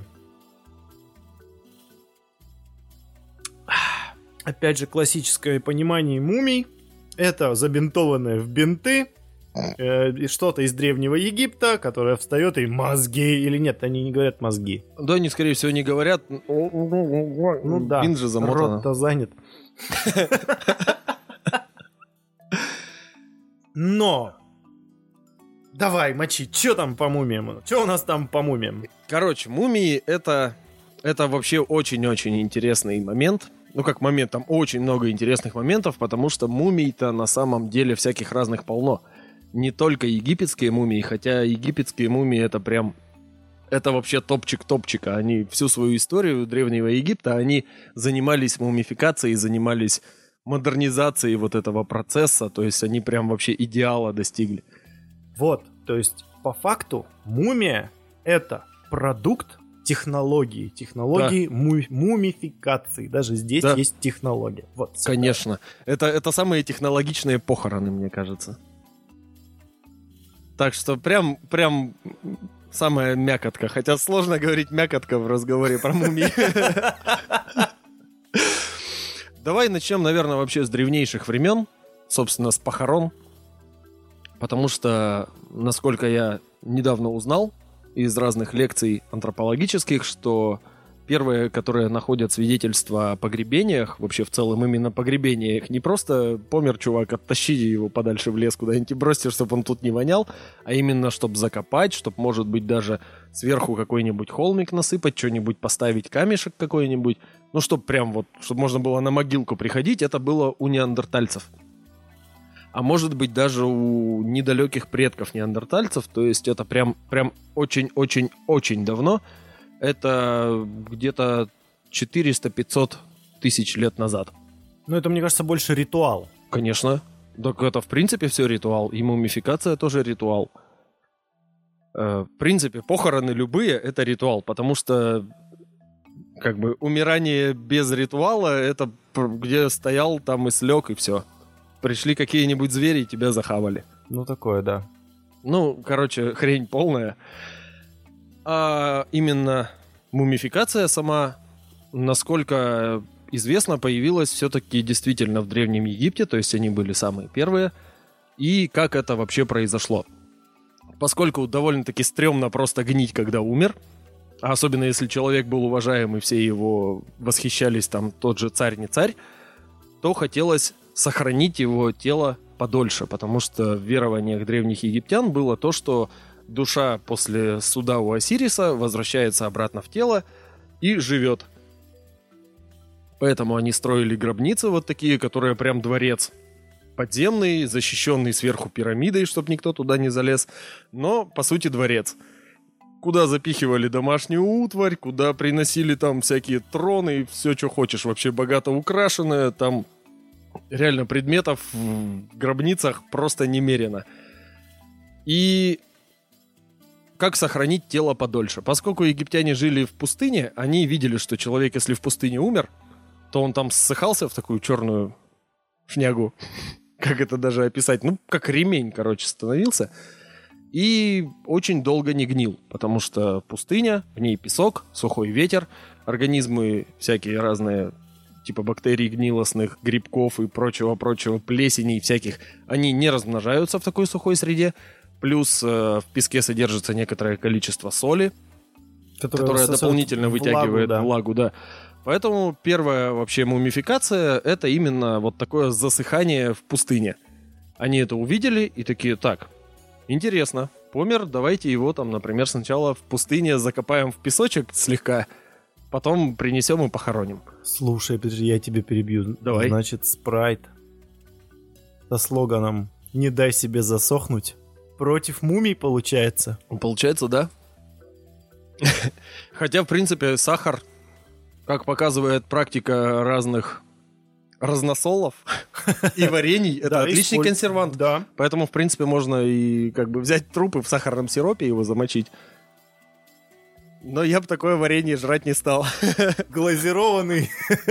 Опять же, классическое понимание мумий. Это забинтованные в бинты э, и что-то из Древнего Египта, которое встает и мозги, или нет, они не говорят мозги. Да, они, скорее всего, не говорят. Ну да, Пин же замотана. рот-то занят. Но! Давай, мочи, что там по мумиям? Что у нас там по мумиям? Короче, мумии это, это вообще очень-очень интересный момент. Ну, как момент, там очень много интересных моментов, потому что мумий-то на самом деле всяких разных полно. Не только египетские мумии, хотя египетские мумии это прям... Это вообще топчик топчика. Они всю свою историю Древнего Египта, они занимались мумификацией, занимались модернизацией вот этого процесса. То есть они прям вообще идеала достигли. Вот, то есть по факту мумия это продукт технологии, технологии Да. му- мумификации. Даже здесь Да. есть технология. Вот. Конечно. Это, это самые технологичные похороны, мне кажется. Так что прям, прям самая мякотка. Хотя сложно говорить мякотка в разговоре про мумии. Давай начнем, наверное, вообще с древнейших времен. Собственно, с похорон. Потому что, насколько я недавно узнал из разных лекций антропологических, что первые, которые находят свидетельства о погребениях, вообще в целом именно погребениях, не просто помер чувак, оттащи его подальше в лес куда-нибудь и бросьте, чтобы он тут не вонял, а именно, чтобы закопать, чтобы, может быть, даже сверху какой-нибудь холмик насыпать, что-нибудь поставить, камешек какой-нибудь, ну, чтобы прям вот, чтобы можно было на могилку приходить, это было у неандертальцев. А может быть даже у недалеких предков неандертальцев, то есть это прям, прям очень-очень-очень давно, это где-то четыреста-пятьсот тысяч лет назад. Ну, это, мне кажется, больше ритуал. Конечно. Так это, в принципе, все ритуал. И мумификация тоже ритуал. Э, в принципе, похороны любые — это ритуал, потому что как бы умирание без ритуала — это где стоял, там и слег, и все. Пришли какие-нибудь звери и тебя захавали. Ну, такое, да. Ну, короче, хрень полная. А именно мумификация сама, насколько известно, появилась все-таки действительно в Древнем Египте, то есть они были самые первые. И как это вообще произошло? Поскольку довольно-таки стрёмно просто гнить, когда умер, а особенно если человек был уважаем и все его восхищались, там тот же царь не царь, то хотелось сохранить его тело подольше, потому что в верованиях древних египтян было то, что душа после суда у Осириса возвращается обратно в тело и живет. Поэтому они строили гробницы вот такие, которые прям дворец. Подземный, защищенный сверху пирамидой, чтобы никто туда не залез. Но, по сути, дворец. Куда запихивали домашнюю утварь, куда приносили там всякие троны, все, что хочешь. Вообще богато украшенное, там... Реально, предметов в гробницах просто немерено. И как сохранить тело подольше? Поскольку египтяне жили в пустыне, они видели, что человек, если в пустыне умер, то он там ссыхался в такую черную шнягу. Как это даже описать? Ну, как ремень, короче, становился. И очень долго не гнил, потому что пустыня, в ней песок, сухой ветер, организмы всякие разные... типа бактерий гнилостных, грибков и прочего-прочего, плесеней всяких, они не размножаются в такой сухой среде. Плюс э, в песке содержится некоторое количество соли, Которая, которая дополнительно влагу, вытягивает да. влагу, да. Поэтому первая вообще мумификация — это именно вот такое засыхание в пустыне. Они это увидели и такие: так, интересно, помер, давайте его там, например, сначала в пустыне закопаем в песочек слегка, потом принесем и похороним. Слушай, подожди, я тебя перебью. Давай. Значит, спрайт со слоганом «Не дай себе засохнуть» против мумий получается. Получается, да. Хотя, в принципе, сахар, как показывает практика разных разносолов и варений, это Да, отличный исполь- консервант. Да. Поэтому, в принципе, можно и как бы взять трупы в сахарном сиропе и его замочить. Но я бы такое варенье жрать не стал. Глазированный.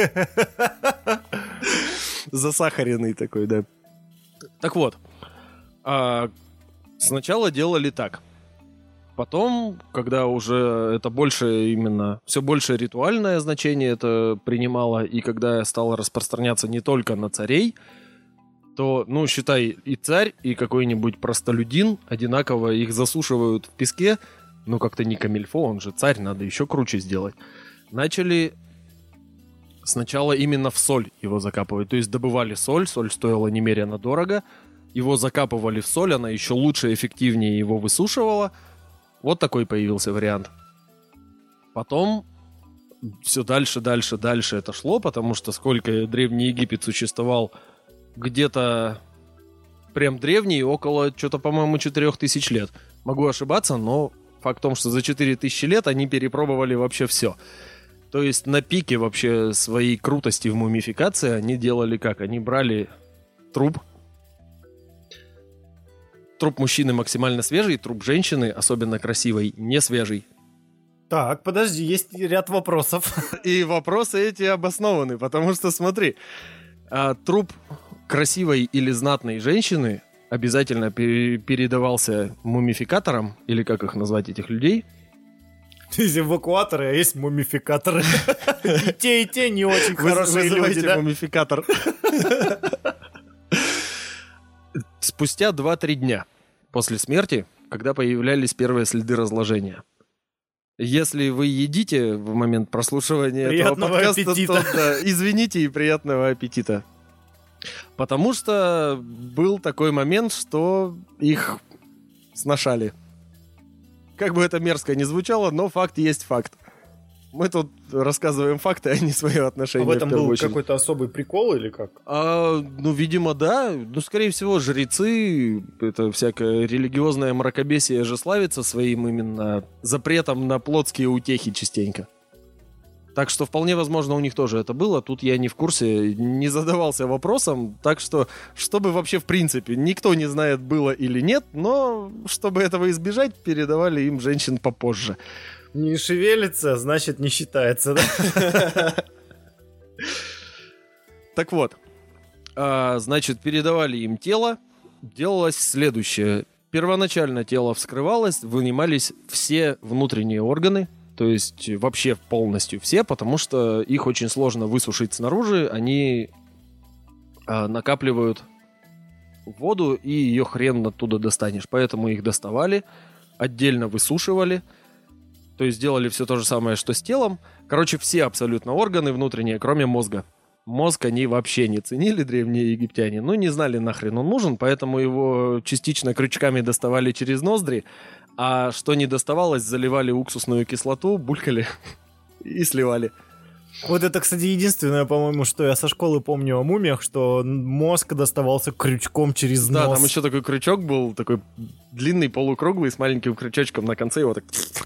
Засахаренный такой, да. Так вот, а, сначала делали так. Потом, когда уже это больше именно, все больше ритуальное значение это принимало, и когда стало распространяться не только на царей, то, ну, считай, и царь, и какой-нибудь простолюдин одинаково их засушивают в песке. Ну, как-то не камильфо, он же царь, надо еще круче сделать. Начали сначала именно в соль его закапывать. То есть добывали соль, соль стоила немерено дорого. Его закапывали в соль, она еще лучше и эффективнее его высушивала. Вот такой появился вариант. Потом все дальше, дальше, дальше это шло, потому что сколько Древний Египет существовал, где-то прям древний, около, что-то, по-моему, четырех тысяч лет. Могу ошибаться, но факт в том, что за четыре тысячи лет они перепробовали вообще все. То есть на пике вообще своей крутости в мумификации они делали как? Они брали труп, труп мужчины максимально свежий, труп женщины, особенно красивой, не свежий. Так, подожди, есть ряд вопросов. И вопросы эти обоснованы, потому что, смотри, а, труп красивой или знатной женщины обязательно пере- передавался мумификаторам, или как их назвать, этих людей. Есть эвакуаторы, а есть мумификаторы. И те, и те не очень хорошие люди, да? Мумификатор. Спустя два-три дня после смерти, когда появлялись первые следы разложения. Если вы едите в момент прослушивания приятного этого подкаста, аппетита. то да, извините и приятного аппетита. Потому что был такой момент, что их сношали. Как бы это мерзко ни звучало, но факт есть факт. Мы тут рассказываем факты, а не свое отношение. А в этом первую был очередь. какой-то особый прикол или как? А, ну, видимо, да. Ну, скорее всего, жрецы, это всякое религиозное мракобесие же славится своим именно запретом на плотские утехи частенько. Так что вполне возможно у них тоже это было. Тут я не в курсе, не задавался вопросом. Так что, чтобы вообще в принципе, никто не знает, было или нет, но чтобы этого избежать, передавали им женщин попозже. Не шевелится, значит не считается, да? Так вот, а, значит, передавали им тело. Делалось следующее. Первоначально тело вскрывалось, вынимались все внутренние органы, то есть вообще полностью все, потому что их очень сложно высушить снаружи, они а, накапливают воду, и ее хрен оттуда достанешь. Поэтому их доставали, отдельно высушивали, то есть делали все то же самое, что с телом. Короче, все абсолютно органы внутренние, кроме мозга. Мозг они вообще не ценили, древние египтяне. Ну, не знали, нахрен он нужен, поэтому его частично крючками доставали через ноздри, а что не доставалось, заливали уксусную кислоту, булькали и сливали. Вот это, кстати, единственное, по-моему, что я со школы помню о мумиях, что мозг доставался крючком через Да, нос. там еще такой крючок был, такой длинный, полукруглый, с маленьким крючочком на конце, его так...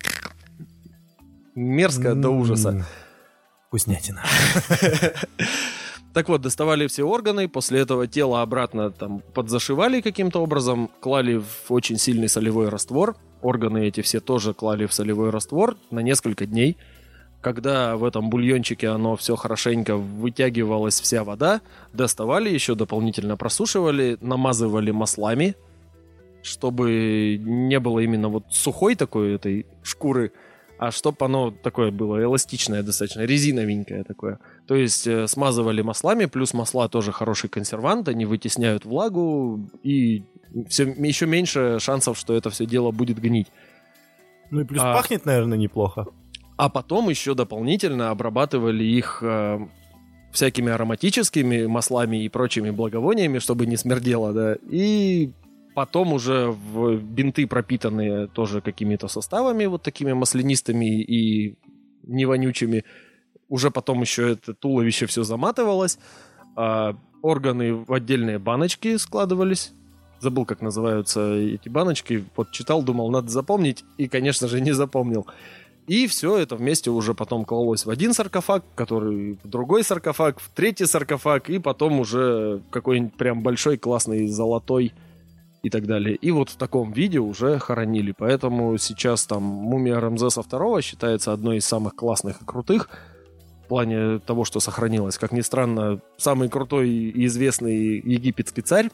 Мерзко до ужаса. Вкуснятина. Так вот, доставали все органы, после этого тело обратно там подзашивали каким-то образом, клали в очень сильный солевой раствор. Органы эти все тоже клали в солевой раствор на несколько дней. Когда в этом бульончике оно все хорошенько вытягивалась вся вода, доставали, еще дополнительно просушивали, намазывали маслами, чтобы не было именно вот сухой такой этой шкуры, а чтобы оно такое было эластичное достаточно, резиновенькое такое. То есть э, смазывали маслами, плюс масла тоже хороший консервант, они вытесняют влагу, и все, еще меньше шансов, что это все дело будет гнить. Ну и плюс А- пахнет, наверное, неплохо. А потом еще дополнительно обрабатывали их э, всякими ароматическими маслами и прочими благовониями, чтобы не смердело, да, и... Потом уже в бинты, пропитанные тоже какими-то составами, вот такими маслянистыми и невонючими. Уже потом еще это туловище все заматывалось. А органы в отдельные баночки складывались. Забыл, как называются эти баночки. Вот читал, думал, надо запомнить. И, конечно же, не запомнил. И все это вместе уже потом клалось в один саркофаг, который в другой саркофаг, в третий саркофаг. И потом уже какой-нибудь прям большой, классный, золотой и так далее. И вот в таком виде уже хоронили. Поэтому сейчас там мумия Рамзеса второго считается одной из самых классных и крутых в плане того, что сохранилось. Как ни странно, самый крутой и известный египетский царь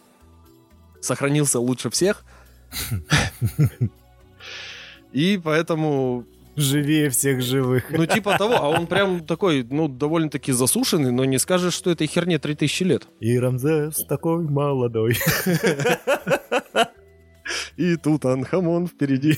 сохранился лучше всех. И поэтому Живее всех живых. Ну, типа того, а он прям такой, ну, довольно-таки засушенный, но не скажешь, что этой херне три тысячи лет. И Рамзес такой молодой. И Тутанхамон впереди.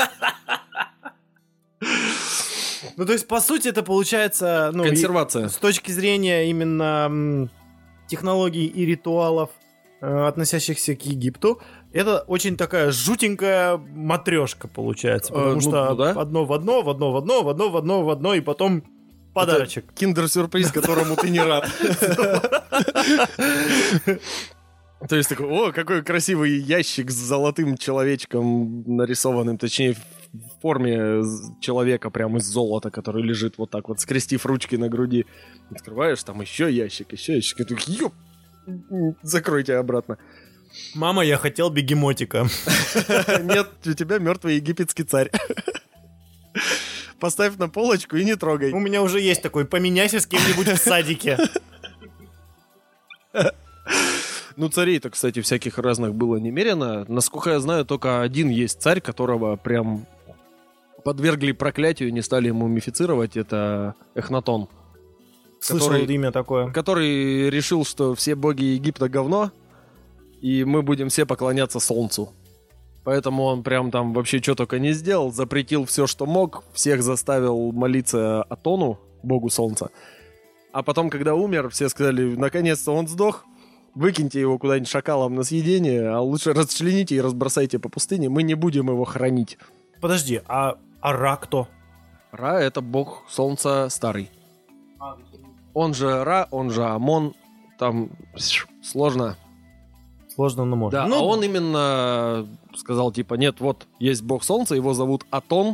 Ну, то есть, по сути, это получается... Ну, Консервация. и- с точки зрения именно м, технологий и ритуалов, э, относящихся к Египту, это очень такая жутенькая матрешка получается. Потому Э, ну, что ну да. одно в одно, в одно в одно, в одно в одно, в одно, и потом подарочек. Это киндер-сюрприз, которому ты не рад. То есть такой, о, какой красивый ящик с золотым человечком нарисованным, точнее, в форме человека прямо из золота, который лежит вот так вот, скрестив ручки на груди. Открываешь, там еще ящик, еще ящик. И ты такой, ёп, закройте обратно. Мама, я хотел бегемотика. Нет, у тебя мертвый египетский царь. Поставь на полочку и не трогай. У меня уже есть такой, поменяйся с кем-нибудь в садике. Ну, царей-то, кстати, всяких разных было немерено. Насколько я знаю, только один есть царь, которого прям подвергли проклятию, не стали ему мумифицировать. Это Эхнатон. Слышал Который- имя такое. Который решил, что все боги Египта говно, и мы будем все поклоняться солнцу. Поэтому он прям там вообще что только не сделал. Запретил все, что мог. Всех заставил молиться Атону, богу солнца. А потом, когда умер, все сказали, наконец-то он сдох. Выкиньте его куда-нибудь шакалом на съедение, а лучше расчлените и разбросайте по пустыне. Мы не будем его хранить. Подожди, а, а Ра кто? Ра — это бог солнца старый. Он же Ра, он же Амон. Там сложно. Сложно, но можно. Да, Ну, а он именно сказал, типа, нет, вот есть бог солнца, его зовут Атон.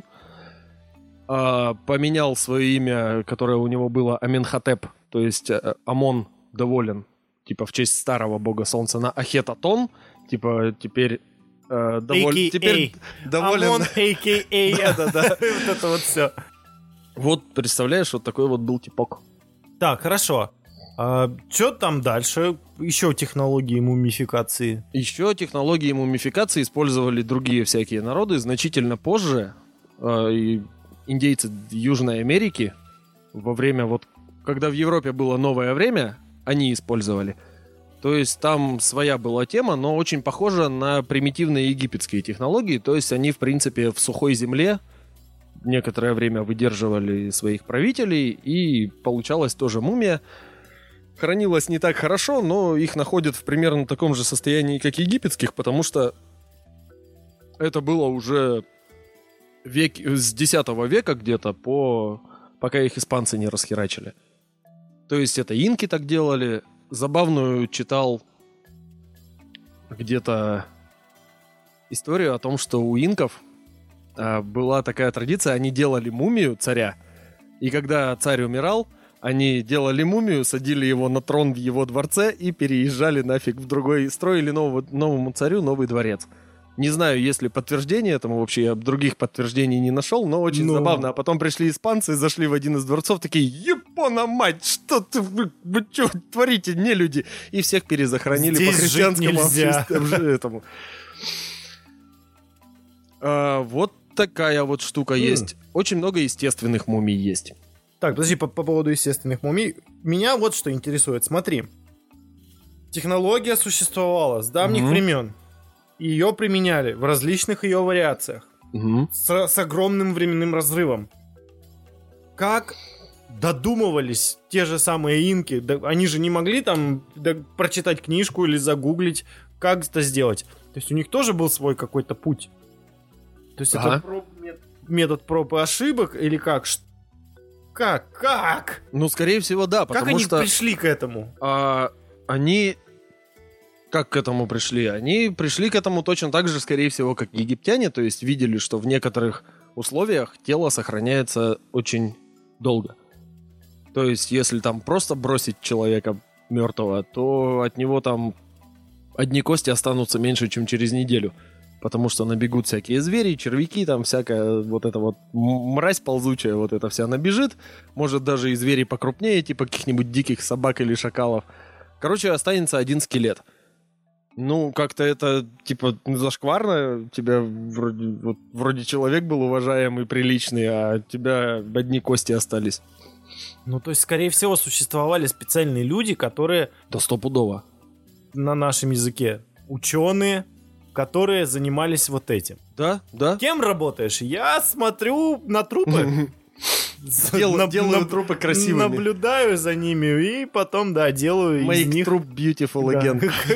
А, поменял свое имя, которое у него было Аменхотеп, то есть э, Амон доволен, типа, в честь старого бога солнца, на Ахет-Атон, типа, теперь э, доволен... а ка а. Теперь доволен... Амон, а ка а. Да-да-да. Вот это вот все. Вот, представляешь, вот такой вот был типок. Так, хорошо. Что там дальше? Еще технологии мумификации. Еще технологии мумификации использовали другие всякие народы значительно позже. Э, и индейцы Южной Америки во время вот... Когда в Европе было новое время, они использовали. То есть там своя была тема, но очень похожа на примитивные египетские технологии. То есть они, в принципе, в сухой земле некоторое время выдерживали своих правителей, и получалась тоже мумия. Хранилась не так хорошо, но их находят в примерно таком же состоянии, как египетских, потому что это было уже век, с десятого века где-то, по, пока их испанцы не расхерачили. То есть это инки так делали. Забавную читал где-то историю о том, что у инков а, была такая традиция, они делали мумию царя, и когда царь умирал, они делали мумию, садили его на трон в его дворце и переезжали нафиг в другой, строили нового, новому царю новый дворец. Не знаю, есть ли подтверждение этому вообще, я других подтверждений не нашел, но очень Ну. забавно. А потом пришли испанцы, зашли в один из дворцов, такие, епона мать, что ты, вы, вы что творите, не люди? И всех перезахоронили Здесь по христианскому жить нельзя. обществу- этому. А, вот такая вот штука М. есть. Очень много естественных мумий есть. Так, подожди, по, по поводу естественных мумий. Меня вот что интересует. Смотри. Технология существовала с давних Мгм. времен. Ее применяли в различных ее вариациях. Мгм. С, с огромным временным разрывом. Как додумывались те же самые инки? Да, они же не могли там да, прочитать книжку или загуглить, как это сделать. То есть у них тоже был свой какой-то путь. То есть Ага. это проб- мет- метод проб и ошибок или как? Ш- Как? Как? Ну, скорее всего, да, Как потому они что... пришли к этому? А, они как к этому пришли? Они пришли к этому точно так же, скорее всего, как египтяне, то есть видели, что в некоторых условиях тело сохраняется очень долго. То есть, если там просто бросить человека мертвого, то от него там одни кости останутся меньше, чем через неделю. Потому что набегут всякие звери, червяки, там всякая вот эта вот м- мразь ползучая, вот эта вся набежит. Может, даже и звери покрупнее, типа каких-нибудь диких собак или шакалов. Короче, останется один скелет. Ну, как-то это, типа, ну, зашкварно. Тебя вроде, вот, вроде человек был уважаемый, приличный, а у тебя одни кости остались. Ну, то есть, скорее всего, существовали специальные люди, которые Да стопудово. на нашем языке ученые, которые занимались вот этим. Да, да. Кем работаешь? Я смотрю на трупы. Дел- Наб- делаю наб- трупы красивыми. Наблюдаю за ними и потом, да, делаю из Make них troop beautiful Да.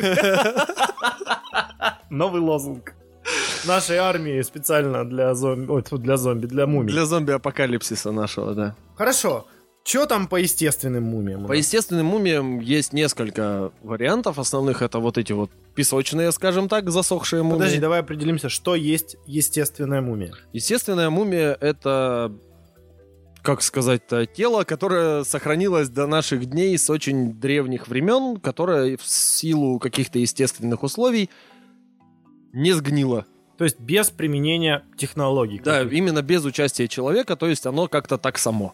again. новый лозунг нашей армии специально для зомби, ой, тьфу, для зомби, для мумий. Для зомби-апокалипсиса нашего, да. Хорошо. Что там по естественным мумиям? у По нас? естественным мумиям есть несколько вариантов. Основных это вот эти вот песочные, скажем так, засохшие мумии. Подожди, давай определимся, что есть естественная мумия. Естественная мумия — это, как сказать-то, тело, которое сохранилось до наших дней с очень древних времен, которое в силу каких-то естественных условий не сгнило. То есть без применения технологий. Да, каких-то. именно без участия человека, то есть оно как-то так само.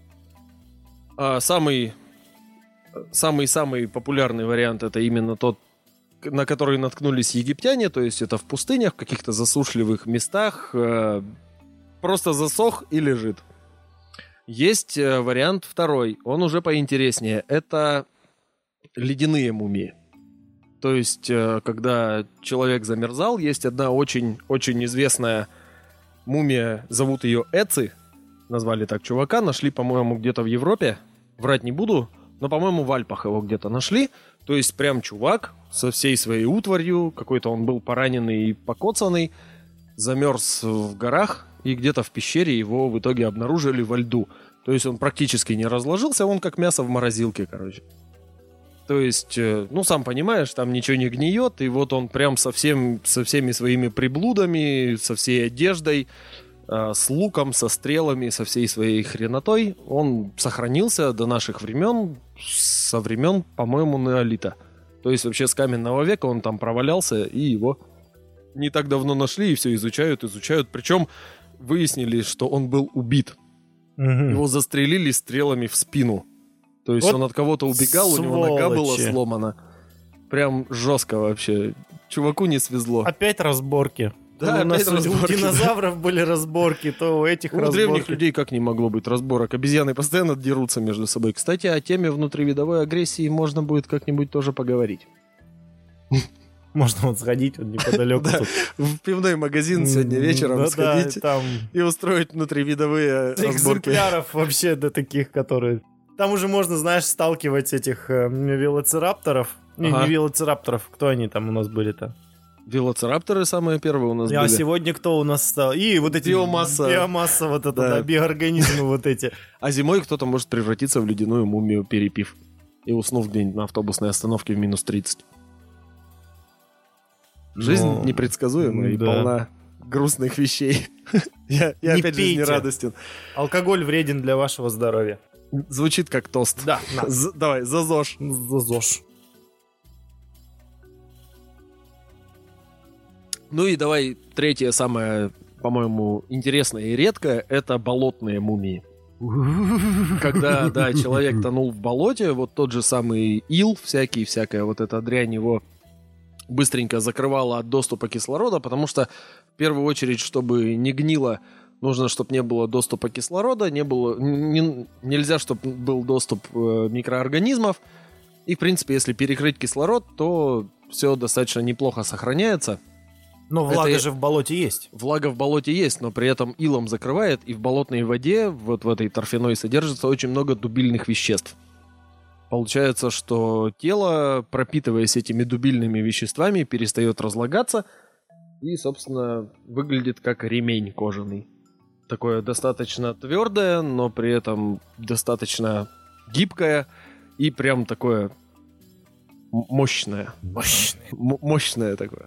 А самый самый-самый популярный вариант — это именно тот, на который наткнулись египтяне, то есть это в пустынях, в каких-то засушливых местах, э, просто засох и лежит. Есть э, вариант второй, он уже поинтереснее, это ледяные мумии. То есть, э, когда человек замерзал, есть одна очень-очень известная мумия, зовут ее Эци, назвали так чувака, нашли, по-моему, где-то в Европе, врать не буду, но, по-моему, в Альпах его где-то нашли. То есть прям чувак со всей своей утварью, какой-то он был пораненный и покоцанный, замерз в горах, и где-то в пещере его в итоге обнаружили во льду. То есть он практически не разложился, он как мясо в морозилке, короче. То есть, э, ну, сам понимаешь, там ничего не гниет, и вот он прям со, всем, со всеми своими приблудами, со всей одеждой, э, с луком, со стрелами, со всей своей хренотой, он сохранился до наших времен, со времен, по-моему, неолита. То есть вообще с каменного века он там провалялся, и его не так давно нашли, и все изучают, изучают. Причем выяснили, что он был убит. Мгм. Его застрелили стрелами в спину. То есть Вот он от кого-то убегал, у него нога была сволочи. сломана. Прям жестко вообще. Чуваку не свезло. Опять разборки. Да, у нас опять у- разборки, у динозавров были разборки, то у этих У древних разборки. людей как не могло быть разборок? Обезьяны постоянно дерутся между собой. Кстати, о теме внутривидовой агрессии можно будет как-нибудь тоже поговорить. Можно вот сходить вот неподалеку Да, тут. В пивной магазин сегодня вечером Да-да, сходить там и устроить внутривидовые разборки. экземпляров вообще до таких, которые... Там уже можно, знаешь, сталкивать этих э, велоцирапторов. Не, Ага. не велоцирапторов. Кто они там у нас были-то? Велоцирапторы самые первые у нас А были. сегодня кто у нас стал? И вот эти... Биомасса. Биомасса вот это, Да. да, биоорганизмы вот эти. А зимой кто-то может превратиться в ледяную мумию, перепив. И уснув где-нибудь на автобусной остановке в минус тридцать. Жизнь Ну, непредсказуема и да. полна грустных вещей. Я, я Не опять же пейте. не радостен. Алкоголь вреден для вашего здоровья. Звучит как тост. Да, на. З- давай, за ЗОЖ. За ЗОЖ. Ну и давай третье, самое, по-моему, интересное и редкое, это болотные мумии. Когда, да, человек тонул в болоте, вот тот же самый ил всякий, всякая вот эта дрянь его быстренько закрывала от доступа кислорода, потому что в первую очередь, чтобы не гнило, нужно, чтобы не было доступа кислорода, не было, не- нельзя, чтобы был доступ э, микроорганизмов. И, в принципе, если перекрыть кислород, то все достаточно неплохо сохраняется. Но влага Это- же в болоте есть. Влага в болоте есть, но при этом илом закрывает, и в болотной воде, вот в этой торфяной, содержится очень много дубильных веществ. Получается, что тело, пропитываясь этими дубильными веществами, перестает разлагаться и, собственно, выглядит как ремень кожаный. Такое достаточно твердое, но при этом достаточно гибкое и прям такое м- мощное. Мощный. М- мощное такое.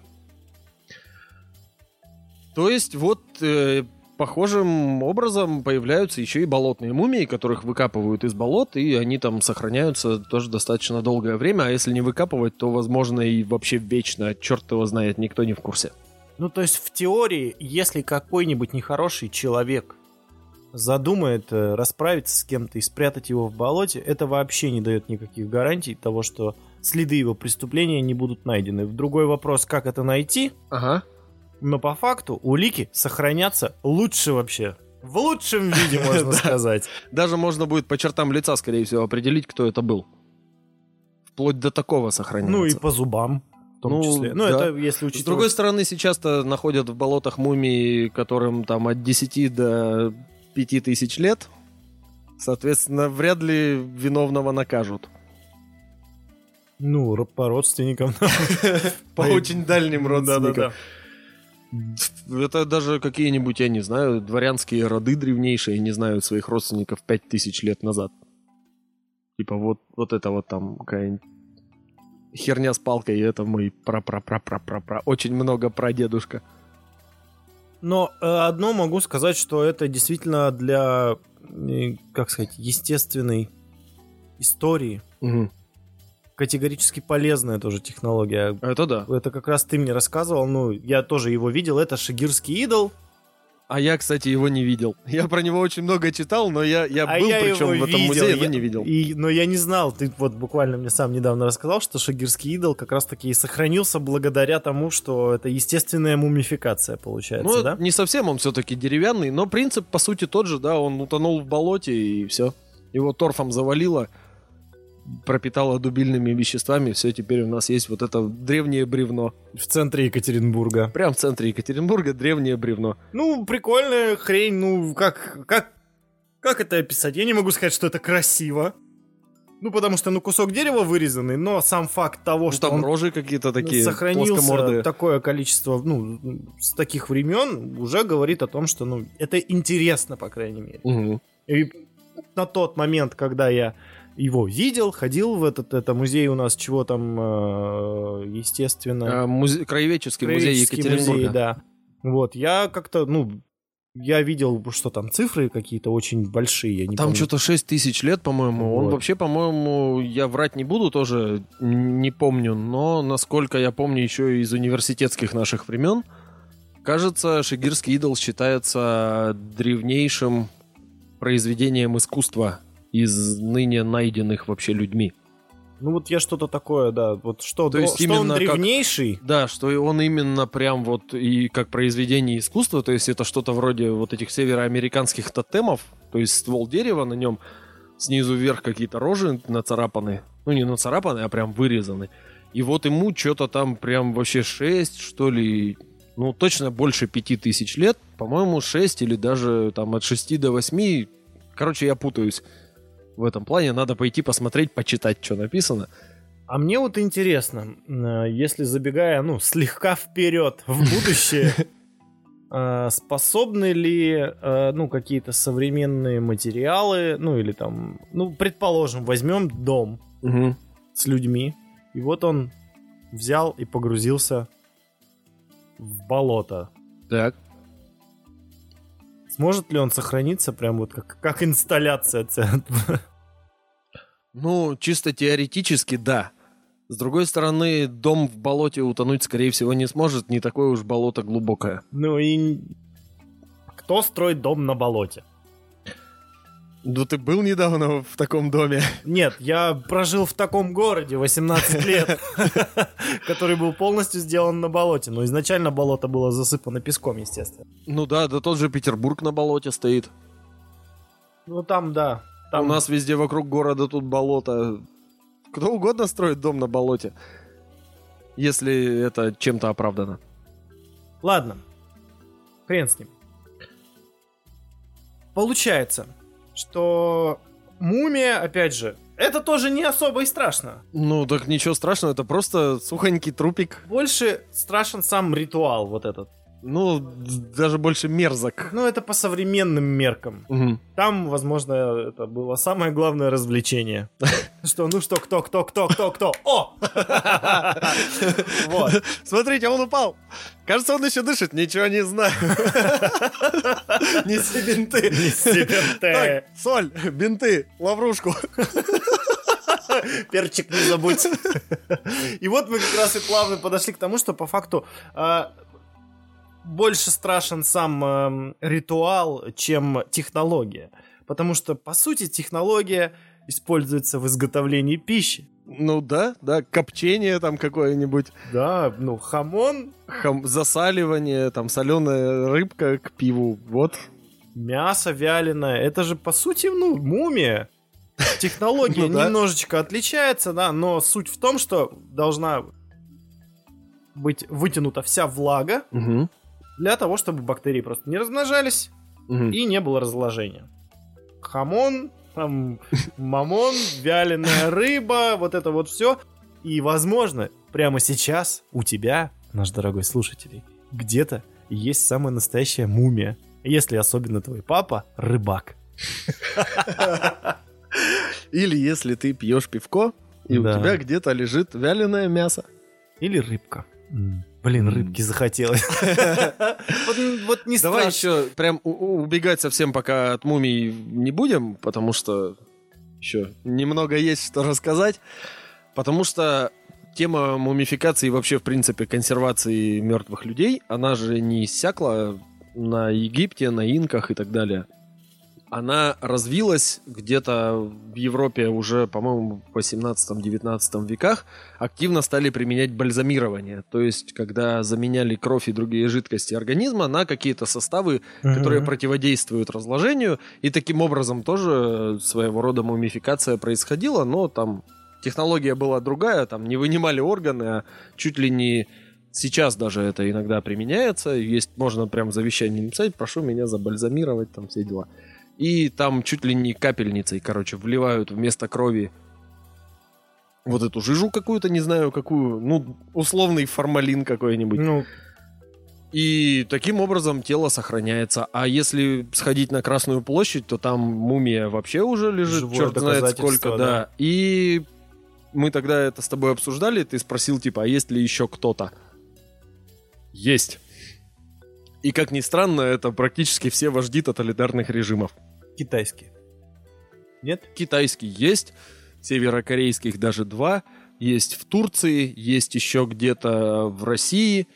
То есть вот э, похожим образом появляются еще и болотные мумии, которых выкапывают из болот, и они там сохраняются тоже достаточно долгое время, а если не выкапывать, то, возможно, и вообще вечно, черт его знает, никто не в курсе. Ну, то есть, в теории, если какой-нибудь нехороший человек задумает э, расправиться с кем-то и спрятать его в болоте, это вообще не дает никаких гарантий того, что следы его преступления не будут найдены. Другой вопрос, как это найти, Ага. но по факту улики сохранятся лучше вообще. В лучшем виде, можно Да. сказать. Даже можно будет по чертам лица, скорее всего, определить, кто это был. Вплоть до такого сохраняется. Ну и по зубам в том Ну, числе. Ну, да. это если С учитывать... другой стороны, сейчас-то находят в болотах мумии, которым там от десяти до пяти тысяч лет. Соответственно, вряд ли виновного накажут. Ну, ро- по родственникам. По очень дальним родственникам. Да-да-да. Это даже какие-нибудь, я не знаю, дворянские роды древнейшие не знают своих родственников пять тысяч лет назад. Типа вот, вот это вот там какая-нибудь херня с палкой, и это мой пра-пра-пра-пра-пра-пра. Очень много прадедушка. Но э, одно могу сказать, что это действительно для, э, как сказать, естественной истории Мгм. категорически полезная тоже технология. Это да. Это как раз ты мне рассказывал, ну, я тоже его видел, это шигирский идол. А я, кстати, его не видел. Я про него очень много читал, но я, я А был, я причем его в этом видел, музее, но я- не видел. И, но я не знал, ты вот буквально мне сам недавно рассказал, что шигирский идол как раз-таки и сохранился благодаря тому, что это естественная мумификация получается, Ну, да? не совсем он все-таки деревянный, но принцип, по сути, тот же, да, он утонул в болоте, и все. Его торфом завалило, пропитало дубильными веществами, все, теперь у нас есть вот это древнее бревно. В центре Екатеринбурга. Прям в центре Екатеринбурга древнее бревно. Ну, прикольная хрень, ну, как, как, как это описать? Я не могу сказать, что это красиво. Ну, потому что, ну, кусок дерева вырезанный, но сам факт того, Ну, что там он рожи какие-то такие сохранился плоскомордые. такое количество, ну, с таких времен, уже говорит о том, что, ну, это интересно, по крайней мере. Мгм. И на тот момент, когда я его видел, ходил в этот это музей у нас, чего там, э, естественно... А, музе- Краеведческий музей Краеведческий Екатеринбурга. музей, да. Вот, я как-то, ну, я видел, что там цифры какие-то очень большие, я не Там помню. что-то шесть тысяч лет, по-моему. Он Вот. вообще, по-моему, я врать не буду, тоже не помню, но, насколько я помню, еще из университетских наших времен, кажется, шигирский идол считается древнейшим произведением искусства из ныне найденных вообще людьми. Ну вот я что-то такое, да, вот что, То до- есть что он именно как- древнейший, Да, что и он именно прям вот и как произведение искусства, то есть это что-то вроде вот этих североамериканских тотемов, то есть ствол дерева, на нем снизу вверх какие-то рожи нацарапаны, ну не нацарапаны, а прям вырезаны. И вот ему что-то там прям вообще шесть, что ли, ну точно больше пяти тысяч лет, по-моему, шесть или даже там от шести до восьми, короче, я путаюсь в этом плане, надо пойти посмотреть, почитать, что написано. А мне вот интересно, э, если забегая, ну, слегка вперед в будущее, э, способны ли, э, ну, какие-то современные материалы, ну, или там, ну, предположим, возьмем дом Угу. с людьми, и вот он взял и погрузился в болото. Так. Сможет ли он сохраниться прям вот как, как инсталляция? ц- Ну, чисто теоретически, да. С другой стороны, дом в болоте утонуть, скорее всего, не сможет. Не такое уж болото глубокое. Ну и кто строит дом на болоте? Ну, ты был недавно в таком доме? Нет, я прожил в таком городе восемнадцать лет, который был полностью сделан на болоте. Но изначально болото было засыпано песком, естественно. Ну да, да тот же Петербург на болоте стоит. Ну там, да. Там У нас везде вокруг города тут болото. Кто угодно строит дом на болоте. Если это чем-то оправдано. Ладно. Хрен с ним. Получается, что мумия, опять же, это тоже не особо и страшно. Ну, так ничего страшного, это просто сухонький трупик. Больше страшен сам ритуал вот этот. Ну, даже больше мерзок. Ну, это по современным меркам. Мгм. Там, возможно, это было самое главное развлечение. Что, ну что, кто, кто, кто, кто, кто? О! Вот. Смотрите, он упал. Кажется, он еще дышит. Ничего не знаю. Неси бинты. Неси бинты. Так, соль, бинты, лаврушку. Перчик не забудь. И вот мы как раз и плавно подошли к тому, что по факту а, больше страшен сам эм, ритуал, чем технология. Потому что, по сути, технология используется в изготовлении пищи. Ну да, да, копчение там какое-нибудь, Да, ну, хамон, хам- засаливание, там соленая рыбка к пиву, вот. мясо вяленое, это же, по сути, ну, мумия. Технология Ну да. немножечко отличается, да, но суть в том, что должна быть вытянута вся влага Мгм, для того, чтобы бактерии просто не размножались мгм. и не было разложения. Хамон, там, мамон, вяленая рыба, вот это вот все. И, возможно, прямо сейчас у тебя, наш дорогой слушатель, где-то есть самая настоящая мумия. Если особенно твой папа рыбак. Или если ты пьешь пивко, и Да. у тебя где-то лежит вяленое мясо. Или рыбка. Блин, М. рыбки захотелось. Вот вот не Давай страшно. еще прям у- у- убегать совсем пока от мумий не будем, потому что еще немного есть что рассказать. Потому что тема мумификации и вообще, в принципе, консервации мертвых людей, она же не иссякла на Египте, на инках и так далее. Она развилась где-то в Европе уже, по-моему, в восемнадцатом-девятнадцатом веках. Активно стали применять бальзамирование. То есть, когда заменяли кровь и другие жидкости организма на какие-то составы, которые Мгм. противодействуют разложению. И таким образом тоже своего рода мумификация происходила, но там технология была другая, там не вынимали органы, а чуть ли не сейчас даже это иногда применяется. Есть, можно прям завещание написать, прошу меня забальзамировать, там все дела. И там чуть ли не капельницей, короче, вливают вместо крови вот эту жижу какую-то, не знаю какую, ну, условный формалин какой-нибудь. Ну, И таким образом тело сохраняется. А если сходить на Красную площадь, то там мумия вообще уже лежит, Живое черт знает доказательство, сколько, да. да. И мы тогда это с тобой обсуждали, ты спросил, типа, а есть ли еще кто-то? Есть. И, как ни странно, это практически все вожди тоталитарных режимов. китайские. Нет? Китайский есть, северокорейских даже два, есть в Турции, есть еще где-то в России.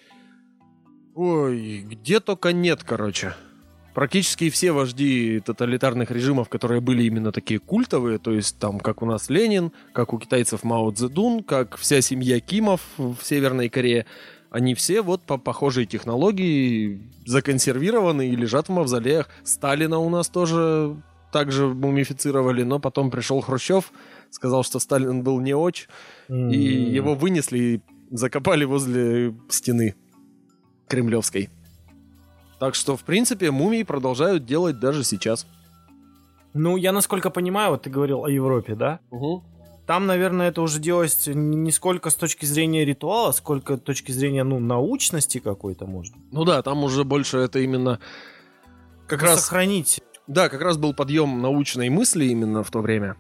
Ой, где только нет, короче. Практически все вожди тоталитарных режимов, которые были именно такие культовые, то есть там, как у нас Ленин, как у китайцев Мао Цзэдун, как вся семья Кимов в Северной Корее, они все вот по похожей технологии законсервированы и лежат в мавзолеях. Сталина у нас тоже также мумифицировали, но потом пришел Хрущев, сказал, что Сталин был не очень, и его вынесли и закопали возле стены кремлевской. Так что, в принципе, мумии продолжают делать даже сейчас. Ну, я насколько понимаю, вот ты говорил о Европе, да? Угу. Там, наверное, это уже делалось не сколько с точки зрения ритуала, сколько с точки зрения, ну, научности какой-то, может. Ну да, там уже больше это именно как Ну, раз... Сохранить. Да, как раз был подъем научной мысли именно в то время.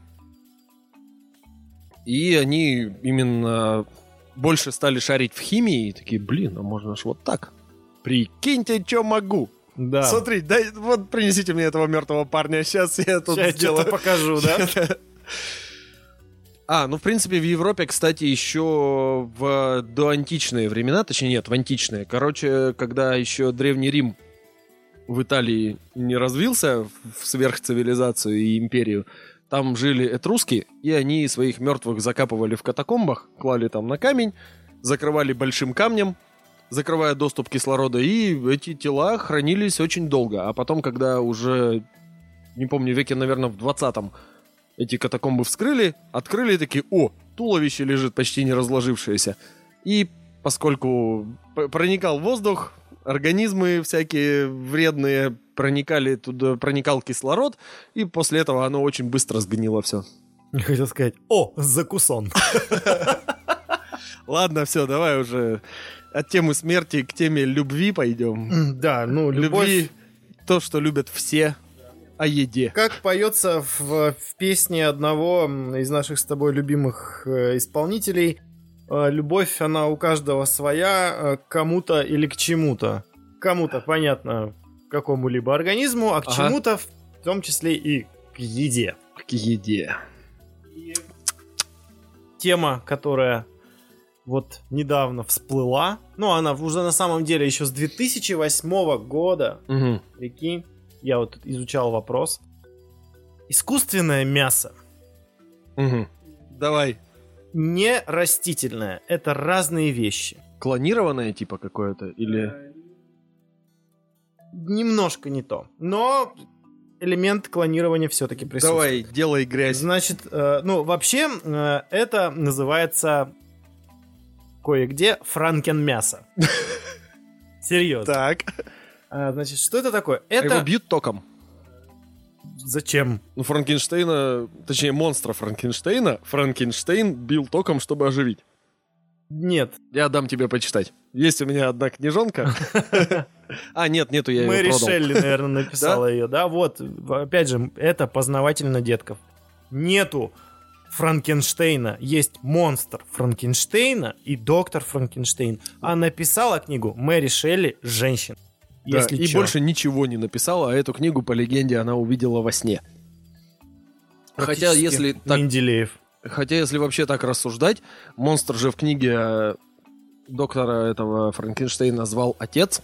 И они именно больше стали шарить в химии и такие, блин, а можно ж вот так. Прикиньте, что могу. Да. Смотри, дай, вот принесите мне этого мертвого парня, сейчас я тут Сейчас сделаю. что-то покажу, да? А, ну, в принципе, в Европе, кстати, еще в доантичные времена, точнее, нет, в античные. Короче, когда еще Древний Рим в Италии не развился в сверхцивилизацию и империю, там жили этруски, и они своих мертвых закапывали в катакомбах, клали там на камень, закрывали большим камнем, закрывая доступ кислорода, и эти тела хранились очень долго. А потом, когда уже, не помню, веке, наверное, в двадцатом эти катакомбы вскрыли, открыли и такие, о, туловище лежит почти не разложившееся. И поскольку п- проникал воздух, организмы всякие вредные проникали туда, проникал кислород, и после этого оно очень быстро сгнило все. Я хотел сказать, о, закусон. Ладно, все, давай уже от темы смерти к теме любви пойдем. Да, ну, любовь... Любви, то, что любят все, о еде. Как поется в, в песне одного из наших с тобой любимых э, исполнителей, э, любовь, она у каждого своя, э, к кому-то или к чему-то. Кому-то, понятно, к какому-либо организму, а к Ага. чему-то в том числе и к еде. К еде. Тема, которая вот недавно всплыла, ну, она уже на самом деле еще с две тысячи восьмого года, Мгм. прикинь, я вот изучал вопрос. Искусственное мясо. Мгм. Давай. не растительное. Это разные вещи. Клонированное типа какое-то? Или... Немножко не то. Но элемент клонирования все-таки присутствует. Давай, делай грязь. Значит, э, ну, вообще, э, это называется кое-где франкенмясо. Серьезно. Так. А, значит, что это такое? Его Это... бьют током. Зачем? Ну, Франкенштейна, точнее, монстра Франкенштейна, Франкенштейн бил током, чтобы оживить. Нет. Я дам тебе почитать. Есть у меня одна книжонка. А, нет, нету, я ее Мэри продал. Шелли, наверное, написала ее, да? Вот, опять же, это познавательно, детков. Нету Франкенштейна, есть монстр Франкенштейна и доктор Франкенштейн. А написала книгу Мэри Шелли, женщина. Да, Если и чё. больше ничего не написала, а эту книгу, по легенде, она увидела во сне. Хотя, Практически если так, Менделеев. хотя, если вообще так рассуждать, монстр же в книге э, доктора этого Франкенштейна звал отец.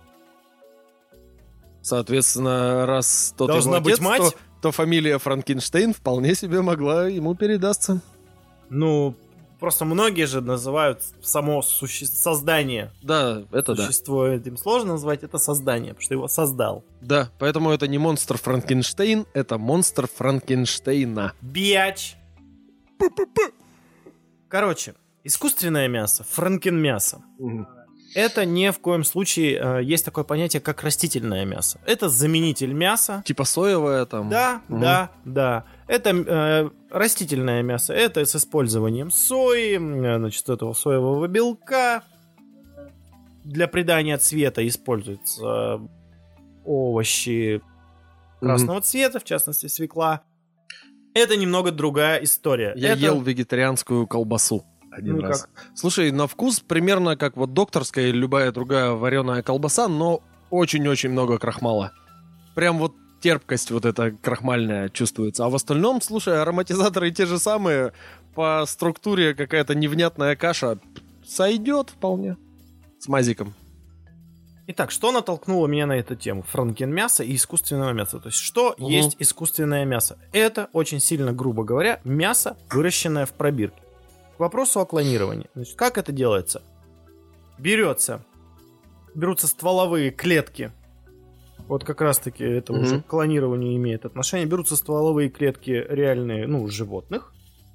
Соответственно, раз тот Должна его быть отец, мать? То, то фамилия Франкенштейн вполне себе могла ему передастся. Ну, просто многие же называют само суще... создание. Да, это да. Существо этим сложно назвать, это создание, потому что его создал. Да, поэтому это не монстр Франкенштейн, это монстр Франкенштейна. Биач. Короче, искусственное мясо, франкенмясо. Это ни в коем случае э, есть такое понятие, как растительное мясо. Это заменитель мяса. Типа соевое там. Да, Мгм. да, да. Это э, растительное мясо. Это с использованием сои, э, значит, этого соевого белка. Для придания цвета используются овощи красного цвета, в частности свекла. Это немного другая история. Я Это- ел вегетарианскую колбасу один Ну, раз. как? Слушай, на вкус примерно как вот докторская или любая другая вареная колбаса, но очень-очень много крахмала. Прям вот терпкость вот эта крахмальная чувствуется. А в остальном, слушай, ароматизаторы те же самые. По структуре какая-то невнятная каша сойдет вполне. С мазиком. Итак, что натолкнуло меня на эту тему? Франкенмясо и искусственного мяса. То есть, что Мгм. есть искусственное мясо? Это, очень сильно грубо говоря, мясо, выращенное в пробирке. К вопросу о клонировании. Значит, как это делается? Берется, берутся стволовые клетки. Вот как раз-таки это Мгм. уже к клонированию имеет отношение. Берутся стволовые клетки реальные, ну, животных.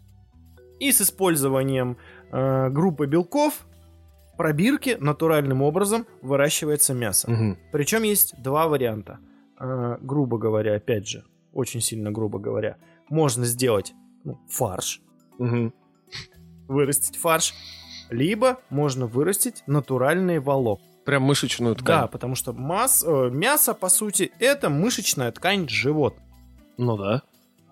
И с использованием э, группы белков в пробирке натуральным образом выращивается мясо. Мгм. Причем есть два варианта. Э, грубо говоря, опять же, очень сильно грубо говоря, можно сделать ну, фарш, Мгм. вырастить фарш, либо можно вырастить натуральные волокна. Прям мышечную ткань. Да, потому что масс, э, мясо, по сути, это мышечная ткань животных. Ну да.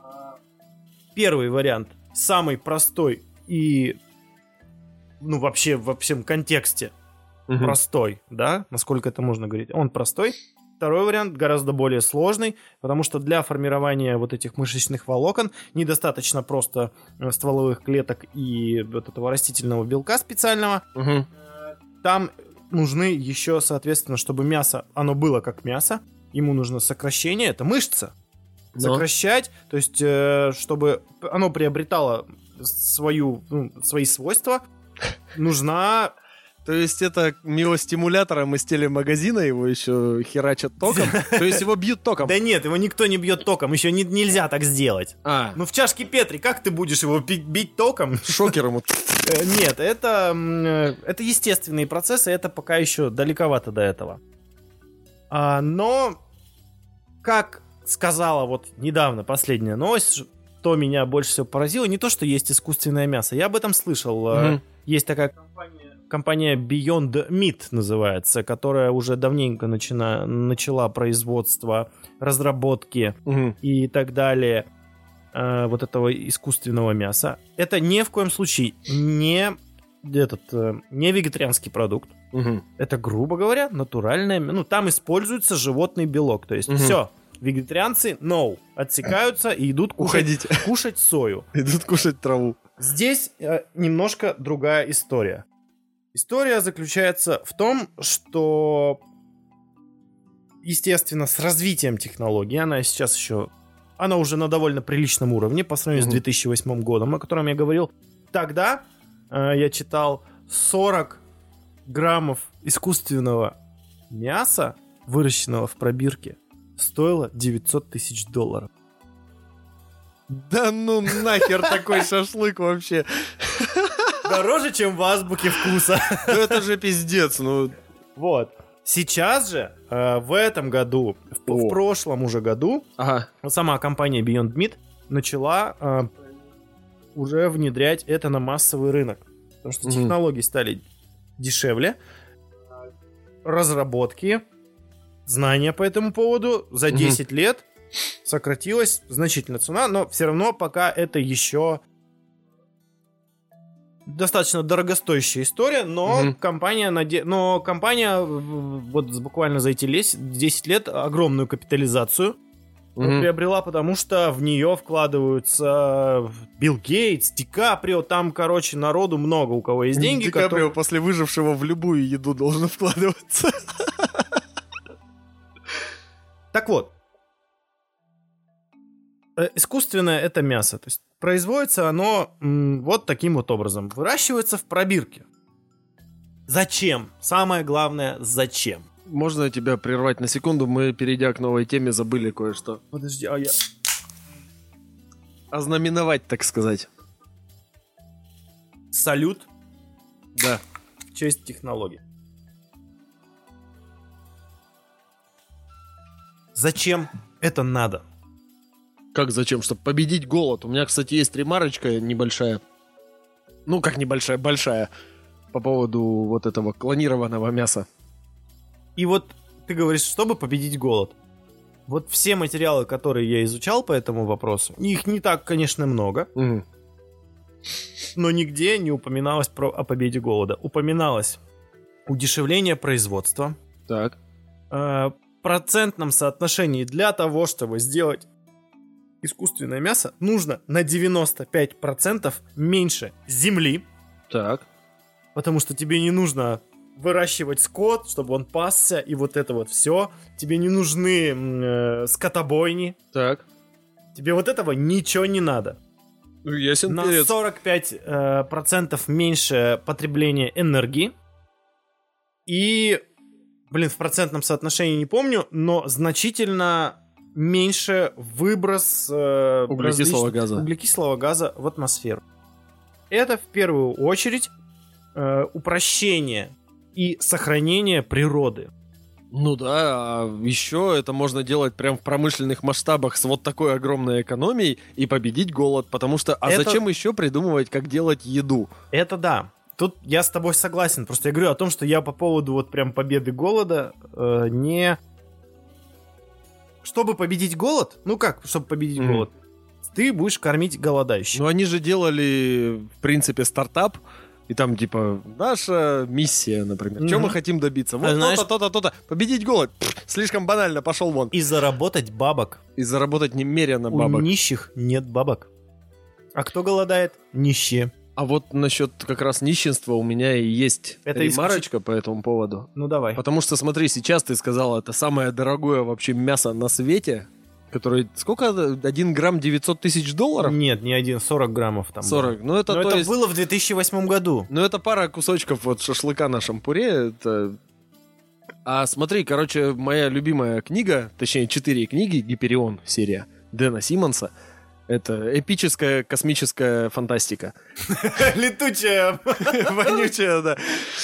Первый вариант самый простой и, ну, вообще во всем контексте Мгм. простой, да, насколько это можно говорить, он простой. Второй вариант гораздо более сложный, потому что для формирования вот этих мышечных волокон недостаточно просто э, стволовых клеток и вот этого растительного белка специального. Мгм. Там нужны еще, соответственно, чтобы мясо, оно было как мясо, ему нужно сокращение, это мышца. Но. Сокращать, то есть, э, чтобы оно приобретало свою, ну, свои свойства, нужна... То есть это миостимулятором из телемагазина его еще херачат током? То есть его бьют током? Да нет, его никто не бьет током, еще не- нельзя так сделать. А, Ну в чашке Петри, как ты будешь его бить, бить током? шокером. вот. Э, Нет, это, м, э, это естественные процессы, это пока еще далековато до этого. А, но, как сказала вот недавно последняя новость, что меня больше всего поразило, не то, что есть искусственное мясо. Я об этом слышал. Э, Мгм. Есть такая компания, компания Beyond Meat называется, которая уже давненько начина- начала производство, разработки Мгм. и так далее э, вот этого искусственного мяса. Это ни в коем случае не этот э, не вегетарианский продукт. Мгм. Это, грубо говоря, натуральное. м- Ну, там используется животный белок. То есть Мгм. все, вегетарианцы, no, отсекаются и идут кушать, Уходите. кушать сою. Идут кушать траву. Здесь э, немножко другая история. История заключается в том, что, естественно, с развитием технологии, она сейчас еще, она уже на довольно приличном уровне по сравнению Мгм. с две тысячи восьмым годом, о котором я говорил, тогда э, я читал сорок граммов искусственного мяса, выращенного в пробирке, стоило девятьсот тысяч долларов. Да ну нахер такой шашлык вообще. Дороже, чем в азбуке вкуса. Ну это же пиздец, ну... Вот. Сейчас же, э, в этом году, в, в прошлом уже году, ага. сама компания Beyond Meat начала э, уже внедрять это на массовый рынок. Потому что Мгм. технологии стали дешевле, разработки, знания по этому поводу за Мгм. десять лет сократилась значительно цена, но все равно пока это еще достаточно дорогостоящая история, но Мгм. компания, наде... но компания в- вот буквально за эти лес- десять лет огромную капитализацию Мгм. приобрела, потому что в нее вкладываются Билл Гейтс, Ди Каприо, там, короче, народу много, у кого есть деньги. Ди Каприо которые- после выжившего в любую еду должен вкладываться. Так вот, э, искусственное это мясо, то есть производится оно м, вот таким вот образом, выращивается в пробирке. Зачем? Самое главное, зачем? Можно тебя прервать на секунду? Мы, перейдя к новой теме, забыли кое-что. Подожди, а я... Ознаменовать, так сказать. Салют Да. в честь технологий. Зачем это надо? Как зачем? Чтобы победить голод. У меня, кстати, есть ремарочка небольшая. Ну, как небольшая, большая. По поводу вот этого клонированного мяса. И вот ты говоришь, чтобы победить голод. Вот все материалы, которые я изучал по этому вопросу, их не так, конечно, много, Мгм. но нигде не упоминалось про о победе голода. Упоминалось удешевление производства, Так. э, процентном соотношении для того, чтобы сделать искусственное мясо, нужно на девяносто пять процентов меньше земли, Так. потому что тебе не нужно выращивать скот, чтобы он пасся, и вот это вот все. Тебе не нужны м, э, скотобойни. Так. Тебе вот этого ничего не надо. Ну, ясен На перец. сорок пять э, процентов меньше потребления энергии. И, блин, в процентном соотношении не помню, но значительно меньше выброс э, Углекислого различных- газа. углекислого газа в атмосферу. Это в первую очередь э, упрощение и сохранение природы. Ну да, а еще это можно делать прям в промышленных масштабах с вот такой огромной экономией и победить голод, потому что... А Это- зачем еще придумывать, как делать еду? Это да. Тут я с тобой согласен. Просто я говорю о том, что я по поводу вот прям победы голода э, не... Чтобы победить голод, ну как, чтобы победить Мгм. голод, ты будешь кормить голодающих. Ну они же делали, в принципе, стартап, и там типа наша миссия, например. Чего Мгм. мы хотим добиться? Вот А знаешь- то-то, то-то, то-то. Победить голод. Пф, слишком банально, пошел вон. И заработать бабок. И заработать немерено У бабок. нищих нет бабок. А кто голодает? Нищие. А вот насчет как раз нищенства у меня и есть Это ремарочка по этому поводу. Ну давай. Потому что, смотри, сейчас ты сказал, это самое дорогое вообще мясо на свете, которое... Сколько? Один грамм девятьсот тысяч долларов? Нет, не один, сорок граммов там. сорок. Ну это Но то это есть... было в две тысячи восьмом году. Ну это пара кусочков вот шашлыка на шампуре. Это... А смотри, короче, моя любимая книга, точнее четыре книги, Гиперион серия Дэна Симмонса, это эпическая космическая фантастика. Летучая. Вонючая, да.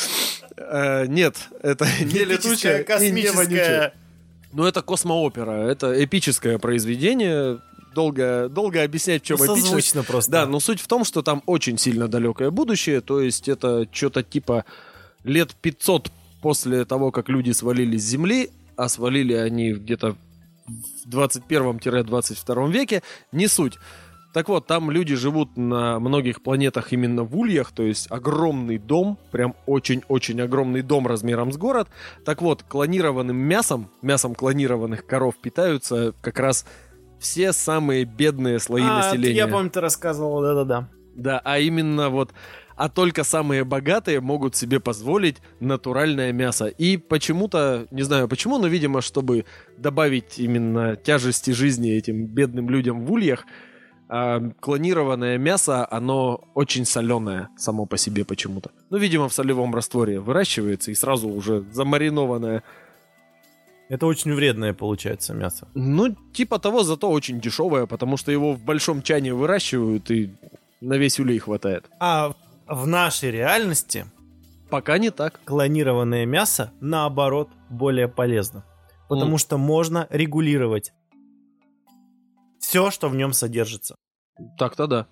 Э, Нет, это не летучая и не вонючая. космическая. Ну, это космоопера, это эпическое произведение. Долго, долго объяснять, в чем Ну, эпичность. созвучно просто. Да, но суть в том, что там очень сильно далекое будущее, то есть это что-то типа лет пятьсот после того, как люди свалили с Земли, а свалили они где-то в двадцать первом — двадцать втором веке, не суть. Так вот, там люди живут на многих планетах именно в ульях, то есть огромный дом, прям очень-очень огромный дом размером с город. Так вот, клонированным мясом, мясом клонированных коров питаются как раз все самые бедные слои А, населения. я помню, ты рассказывал, да-да-да. Да, а именно вот, а только самые богатые могут себе позволить натуральное мясо. И почему-то, не знаю почему, но, видимо, чтобы добавить именно тяжести жизни этим бедным людям в ульях, А клонированное мясо, оно очень соленое само по себе почему-то. Ну, видимо, в солевом растворе выращивается и сразу уже замаринованное. Это очень вредное получается мясо. Ну, типа того, зато очень дешевое, потому что его в большом чане выращивают и на весь улей хватает. А в нашей реальности Пока не так. клонированное мясо, наоборот, более полезно. Потому Mm. что можно регулировать все, что в нем содержится. Так-то да.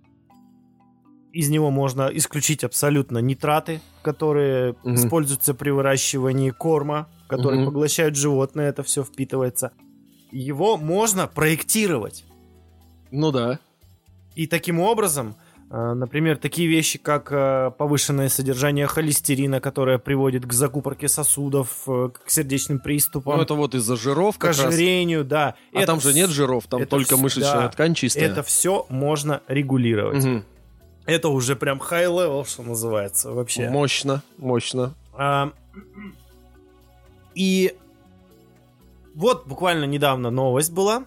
Из него можно исключить абсолютно нитраты, которые Мгм. используются при выращивании корма, который Мгм. поглощают животные, это все впитывается. Его можно проектировать. Ну да. И таким образом, э, например, такие вещи, как э, повышенное содержание холестерина, которое приводит к закупорке сосудов, э, к сердечным приступам, Ну это вот из-за жиров к как раз. ожирению, да. А Это там же вс- нет жиров, там это только вс- мышечная да. ткань чистая. Это все можно регулировать. Мгм. Это уже прям high level, что называется, вообще. Мощно, мощно. А, и вот буквально недавно новость была.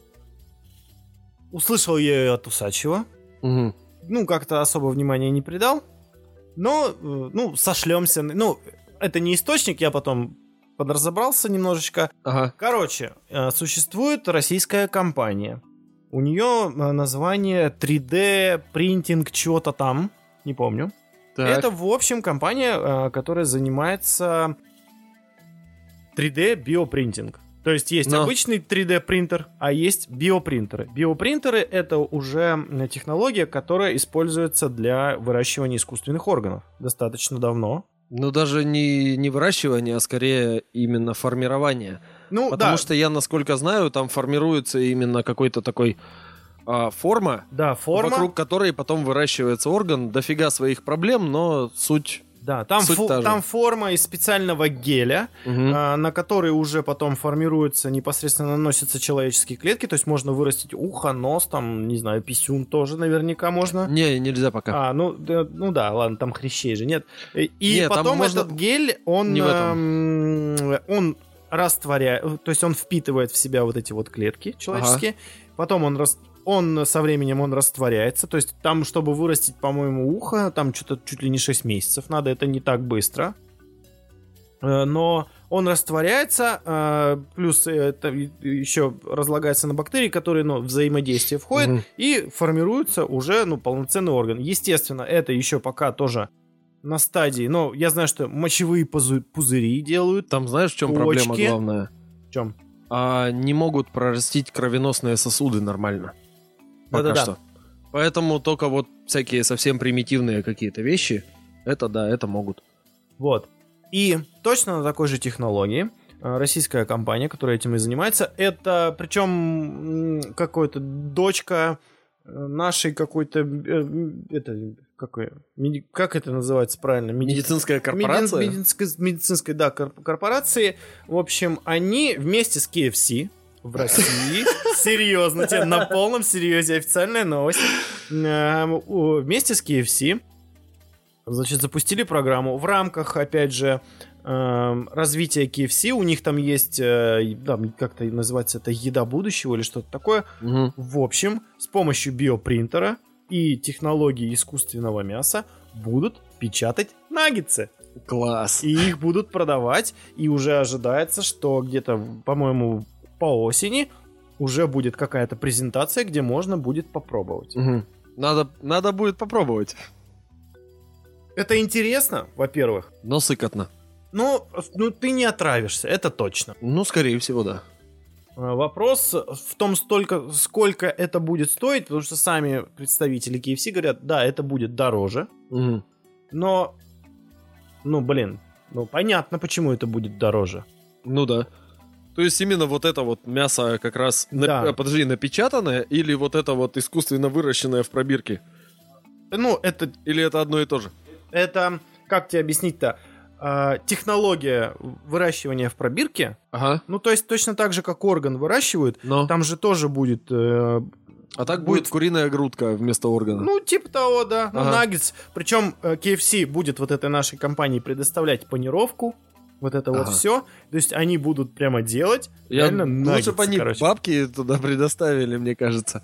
Услышал я ее от Усачева. Мгм. Ну, как-то особо внимания не придал. Но, э, ну, сошлемся. Ну, это не источник, я потом подразобрался немножечко. Ага. Короче, э, существует российская компания. У нее э, название три дэ принтинг чего-то там. Не помню. Так. Это, в общем, компания, э, которая занимается три дэ биопринтинг. То есть есть Но. обычный три дэ принтер, а есть биопринтеры. Биопринтеры — это уже м, технология, которая используется для выращивания искусственных органов. Достаточно давно. Ну даже не, не выращивание, а скорее именно формирование. Ну, Потому да, что я, насколько знаю, там формируется именно какой-то такой а, форма, да, форма. вокруг которой потом выращивается орган. Дофига своих проблем, но суть... Да, там, суть фо- та же. там форма из специального геля, Мгм. а, на который уже потом формируются, непосредственно наносятся человеческие клетки. То есть можно вырастить ухо, нос, там, не знаю, писюн тоже наверняка можно. Не, нельзя пока. А, ну, да, ну да, ладно, там хрящей же нет. И и Нет, там потом можно- этот гель, он, Не в эм, он растворяет, то есть он впитывает в себя вот эти вот клетки человеческие. Потом он рас- он со временем он растворяется. То есть там, чтобы вырастить, по-моему, ухо, там что-то чуть ли не шесть месяцев надо, это не так быстро. Э, Но он растворяется, э, плюс это еще разлагается на бактерии, которые, ну, в взаимодействие входят, Мгм. и формируется уже, ну, полноценный орган. Естественно, это еще пока тоже на стадии, но я знаю, что мочевые пузы- пузыри делают. Там знаешь, в чем Почки. проблема главная? В чем? А не могут прорастить кровеносные сосуды нормально. Пока Да-да-да. что. Поэтому только вот всякие совсем примитивные какие-то вещи, это да, это могут. Вот. И точно на такой же технологии э, российская компания, которая этим и занимается, это причем м, какой-то дочка э, нашей какой-то э, это какой меди- как это называется правильно Меди- Медицинская меди- корпорация? медицинской, медицинской, да, корп- корпорации. В общем, они вместе с кей эф си в России, серьезно, тебе на полном серьезе официальная новость, Эм, у- вместе с кей эф си, значит, запустили программу в рамках, опять же, эм, развития кей эф си. У них там есть, э, там, как-то называется это, еда будущего или что-то такое. Мгм. В общем, с помощью биопринтера и технологии искусственного мяса будут печатать наггетсы. Класс. И их будут продавать. И уже ожидается, что где-то, по-моему, по осени уже будет какая-то презентация, где можно будет попробовать. Мгм. Надо, надо будет попробовать. Это интересно, во-первых. Но сыкотно. Но ну, ты не отравишься, это точно. Ну, скорее всего, да. А, Вопрос в том, столько, сколько это будет стоить, потому что сами представители кей эф си говорят, да, это будет дороже, Мгм. но, ну, блин, ну, понятно, почему это будет дороже. Ну да. То есть именно вот это вот мясо как раз, на- Да. э, подожди, напечатанное, или вот это вот искусственно выращенное в пробирке? Ну, это, Или это одно и то же? это как тебе объяснить-то? А, технология выращивания в пробирке, Ага. ну, то есть точно так же, как орган выращивают, Но. там же тоже будет, э, А так будет- будет куриная грудка вместо органа. ну, типа того, да, ну, Ага. наггетс. Причем э, кей эф си будет вот этой нашей компании предоставлять панировку, вот это вот Ага. все. То есть они будут прямо делать Я реально лучше наггетсы, бы они короче. бабки туда предоставили, мне кажется.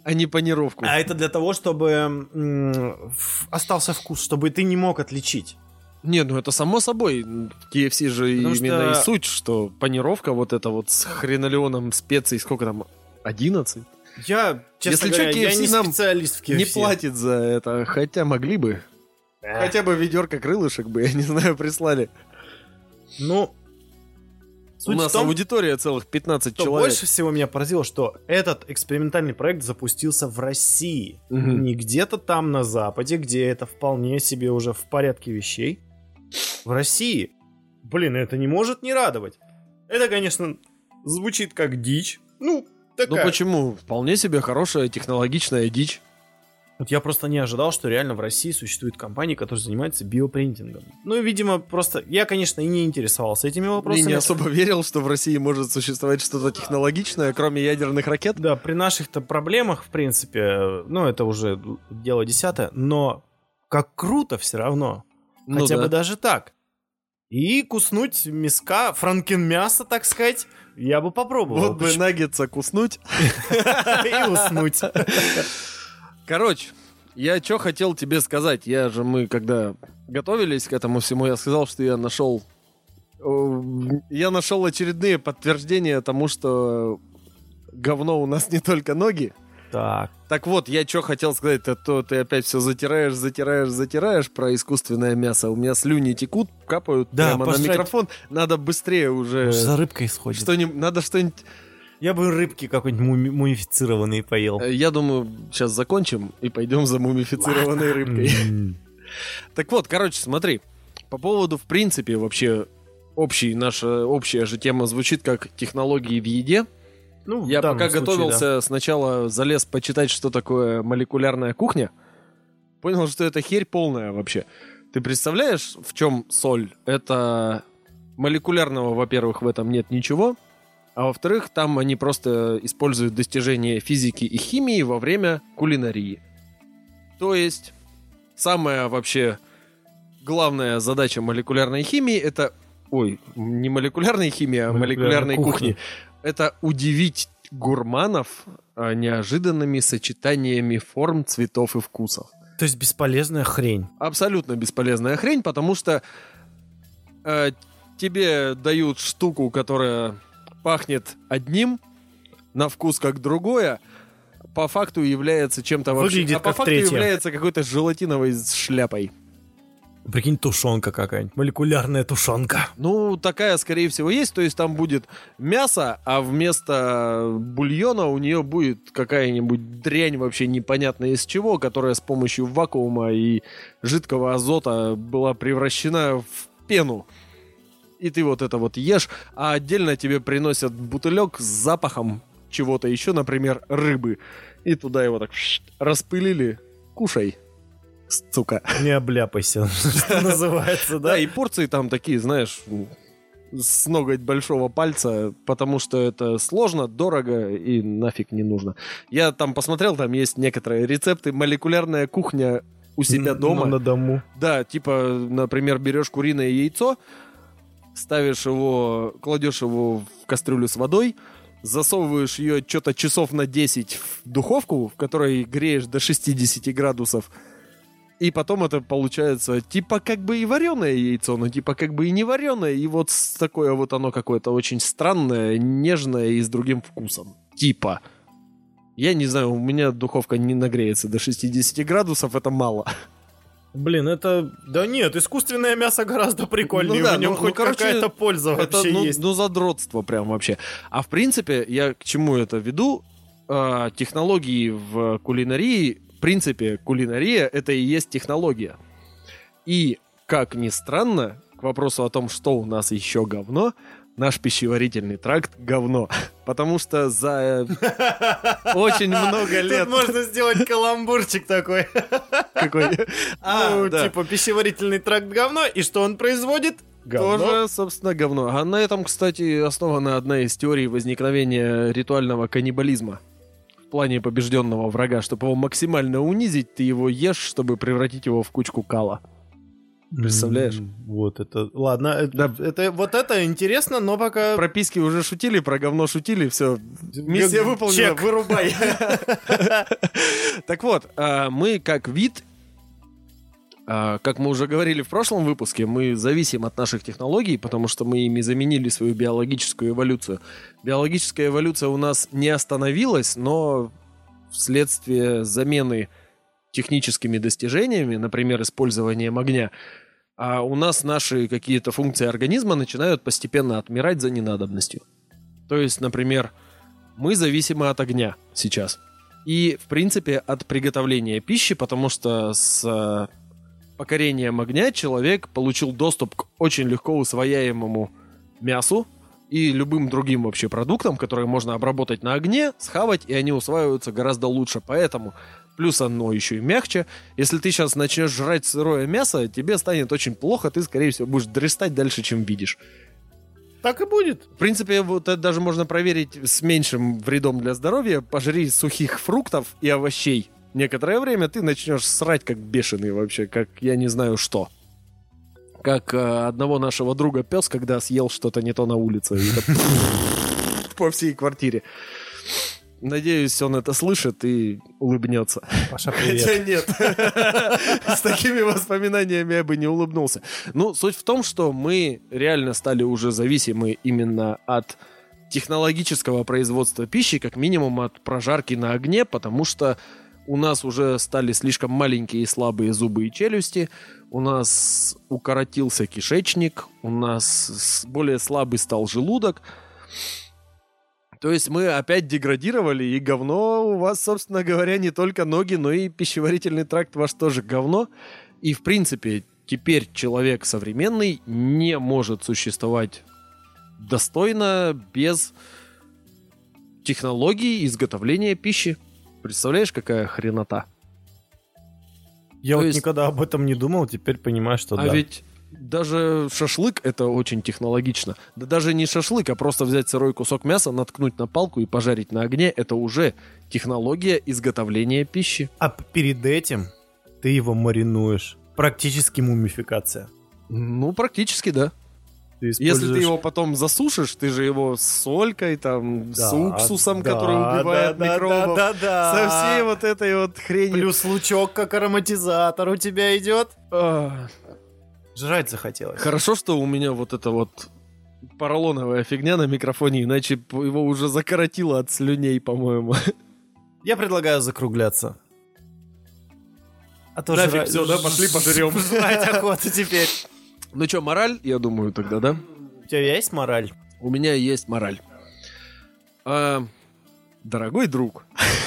а не панировку. А это для того, чтобы м, ф- остался вкус, чтобы ты не мог отличить. Не, ну это само собой. В кей эф си же Потому именно что- и суть, что панировка вот это вот с хренолеоном специй, сколько там, одиннадцать? Я, честно Если говоря, чё, я кей эф си не нам специалист в кей эф си. Не платит за это, хотя могли бы. Э, Хотя бы ведерко крылышек бы, я не знаю, прислали. Ну, суть У нас в том, аудитория целых пятнадцать что человек. больше всего меня поразило, что этот экспериментальный проект запустился в России. Мгм. Не где-то там на Западе, где это вполне себе уже в порядке вещей. В России. Блин, это не может не радовать. Это, конечно, звучит как дичь. Ну, Ну такая. почему? Вполне себе хорошая технологичная дичь. Вот я просто не ожидал, что реально в России существует компания, которая занимается биопринтингом. Ну, и, видимо, просто... Я, конечно, и не интересовался этими И вопросами. не особо верил, что в России может существовать что-то технологичное, кроме ядерных ракет. Да, при наших-то проблемах, в принципе, ну, это уже дело десятое, но как круто все равно. Ну Хотя да. бы даже так. И куснуть мяска, франкенмяса, так сказать, я бы попробовал. Вот бы наггетса куснуть. И уснуть. Короче, я что хотел тебе сказать. Я же, мы когда готовились к этому всему, я сказал, что я нашел... э, Я нашел очередные подтверждения тому, что говно у нас не только ноги. Так. Так вот, я что хотел сказать, а то ты опять все затираешь, затираешь, затираешь про искусственное мясо. У меня слюни текут, капают Да, прямо на посрать. микрофон. Надо быстрее уже... За рыбкой сходит. Что-нибудь, надо что-нибудь... Я бы рыбки какой-нибудь муми- мумифицированные поел. Э, Я думаю, сейчас закончим и пойдем за мумифицированной рыбкой. М. Так вот, короче, смотри. По поводу, в принципе, вообще общий, наша общая же тема звучит как технологии в еде. Ну, в Я данном пока случае, готовился, сначала залез почитать, что такое молекулярная кухня. Понял, что это херь полная вообще. Ты представляешь, в чем соль? Это молекулярного, во-первых, в этом нет ничего. А во-вторых, там они просто используют достижения физики и химии во время кулинарии. То есть, самая вообще главная задача молекулярной химии это... Ой, не молекулярной химии, а молекулярной Молекулярной кухни. кухни. Это удивить гурманов а, неожиданными сочетаниями форм, цветов и вкусов. да. То есть бесполезная хрень. Абсолютно бесполезная хрень, потому что э, тебе дают штуку, которая пахнет одним, на вкус как другое, по факту является чем-то вообще... Выглядит а по как факту третье. является какой-то желатиновой шляпой. Прикинь, тушенка какая-нибудь. Молекулярная тушенка. Ну, такая, скорее всего, есть. То есть там будет мясо, а вместо бульона у нее будет какая-нибудь дрянь вообще непонятно из чего, которая с помощью вакуума и жидкого азота была превращена в пену. И ты вот это вот ешь, а отдельно тебе приносят бутылек с запахом чего-то еще, например, рыбы. И туда его так распылили. Кушай, сука. Не обляпайся, что называется, Да, да? и порции там такие, знаешь, с ноготь большого пальца, потому что это сложно, дорого и нафиг не нужно. Я там посмотрел, там есть некоторые рецепты. Молекулярная кухня у себя дома. На дому. Да, типа, например, берешь куриное яйцо, ставишь его, кладешь его в кастрюлю с водой, засовываешь ее что-то часов на десять в духовку, в которой греешь до шестидесяти градусов, и потом это получается типа как бы и вареное яйцо, но типа как бы и не вареное, и вот с- такое вот оно какое-то очень странное, нежное и с другим вкусом. Типа. Я не знаю, у меня духовка не нагреется до шестидесяти градусов, это мало. Блин, это... Да нет, искусственное мясо гораздо прикольнее. Ну да, в нем ну- хоть ну, короче, какая-то польза Это, вообще ну, есть. ну, задротство прям вообще. А в принципе, я к чему это веду? А, технологии в кулинарии, в принципе, кулинария — это и есть технология. И, как ни странно, к вопросу о том, что у нас еще говно, наш пищеварительный тракт — говно. Потому что за очень много лет... Тут можно сделать каламбурчик такой. Какой? А, Ну, да. типа, пищеварительный тракт говно, и что он производит? Говно. Тоже, собственно, говно. А на этом, кстати, основана одна из теорий возникновения ритуального каннибализма. В плане побежденного врага. Чтобы его максимально унизить, ты его ешь, чтобы превратить его в кучку кала. Представляешь? М, Вот это... Ладно, это, Да. это- вот это интересно, но пока... Про письки уже шутили, про говно шутили, все, миссия выполнена, Чек. вырубай. Так вот, а, мы как вид, а, как мы уже говорили в прошлом выпуске, мы зависим от наших технологий, потому что мы ими заменили свою биологическую эволюцию. Биологическая эволюция у нас не остановилась, но вследствие замены техническими достижениями, например, использованием огня, а у нас наши какие-то функции организма начинают постепенно отмирать за ненадобностью. То есть, например, мы зависимы от огня сейчас. И, в принципе, от приготовления пищи, потому что с э, покорением огня человек получил доступ к очень легко усвояемому мясу и любым другим вообще продуктам, которые можно обработать на огне, схавать, и они усваиваются гораздо лучше. Поэтому плюс оно еще и мягче. Если ты сейчас начнешь жрать сырое мясо, тебе станет очень плохо, ты, скорее всего, будешь дрестать дальше, чем видишь. Так и будет. В принципе, вот это даже можно проверить с меньшим вредом для здоровья. Пожри сухих фруктов и овощей. Некоторое время ты начнешь срать как бешеный вообще, как я не знаю что. Как э, одного нашего друга пес, когда съел что-то не то на улице. И это по всей квартире. Надеюсь, он это слышит и улыбнется. Паша, привет. Хотя нет. С такими воспоминаниями я бы не улыбнулся. Ну, суть в том, что мы реально стали уже зависимы именно от технологического производства пищи, как минимум от прожарки на огне, потому что у нас уже стали слишком маленькие и слабые зубы и челюсти, у нас укоротился кишечник, у нас более слабый стал желудок. То есть мы опять деградировали, и говно у вас, собственно говоря, не только ноги, но и пищеварительный тракт ваш тоже говно. И, в принципе, теперь человек современный не может существовать достойно без технологий изготовления пищи. Представляешь, какая хренота? Я То вот есть- никогда об этом не думал, теперь понимаю, что А да. ведь даже шашлык — это очень технологично. Да даже не шашлык, а просто взять сырой кусок мяса, наткнуть на палку и пожарить на огне — это уже технология изготовления пищи. А п- перед этим ты его маринуешь. Практически мумификация. Ну, практически, да. Ты Если используешь- ты его потом засушишь, ты же его с солькой, там, с Да, уксусом, да, который убивает да, да, микробов, да, да, да. со всей вот этой вот хренью. Плюс лучок как ароматизатор у тебя идет. А, Жрать захотелось. Хорошо, что у меня вот эта вот поролоновая фигня на микрофоне, иначе б его уже закоротило от слюней, по-моему. Я предлагаю закругляться. А то Нафиг, жра- всё, да, пошли пожрём. Жрать охота теперь. Ну что, мораль, я думаю, тогда, да? У тебя есть мораль? У меня есть мораль. А, дорогой друг.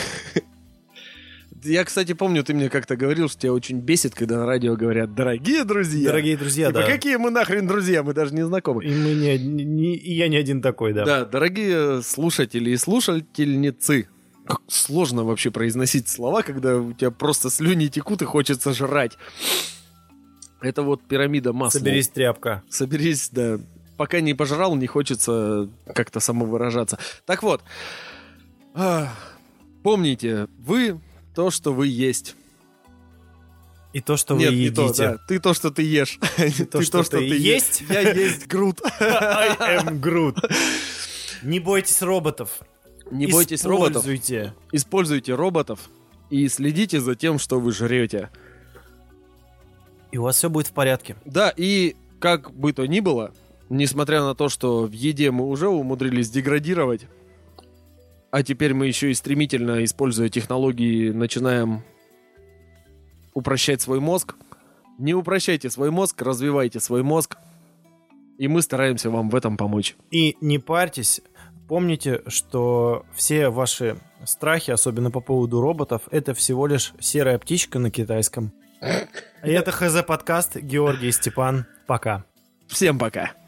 Я, кстати, помню, ты мне как-то говорил, что тебя очень бесит, когда на радио говорят «дорогие друзья». Дорогие друзья, Типа, да. какие мы нахрен друзья, мы даже не знакомы. И мы не, не- и я не один такой, да. Да, дорогие слушатели и слушательницы. Как сложно вообще произносить слова, когда у тебя просто слюни текут и хочется жрать. Это вот пирамида масла. Соберись, тряпка. Соберись, да. Пока не пожрал, не хочется как-то самовыражаться. Так вот, а, помните, вы то, что вы есть. И то, что Нет, вы не едите. то, да. Ты то, что ты ешь. Ты то, что ты есть. Я есть Грут. I am Groot. Не бойтесь роботов. Не бойтесь роботов. Используйте. Используйте роботов и следите за тем, что вы жрете. И у вас все будет в порядке. Да, и как бы то ни было, несмотря на то, что в еде мы уже умудрились деградировать, а теперь мы еще и стремительно, используя технологии, начинаем упрощать свой мозг. Не упрощайте свой мозг, развивайте свой мозг, и мы стараемся вам в этом помочь. И не парьтесь. Помните, что все ваши страхи, особенно по поводу роботов, это всего лишь серая птичка на китайском. И это ХЗ подкаст. Георгий и Степан. Пока. Всем пока!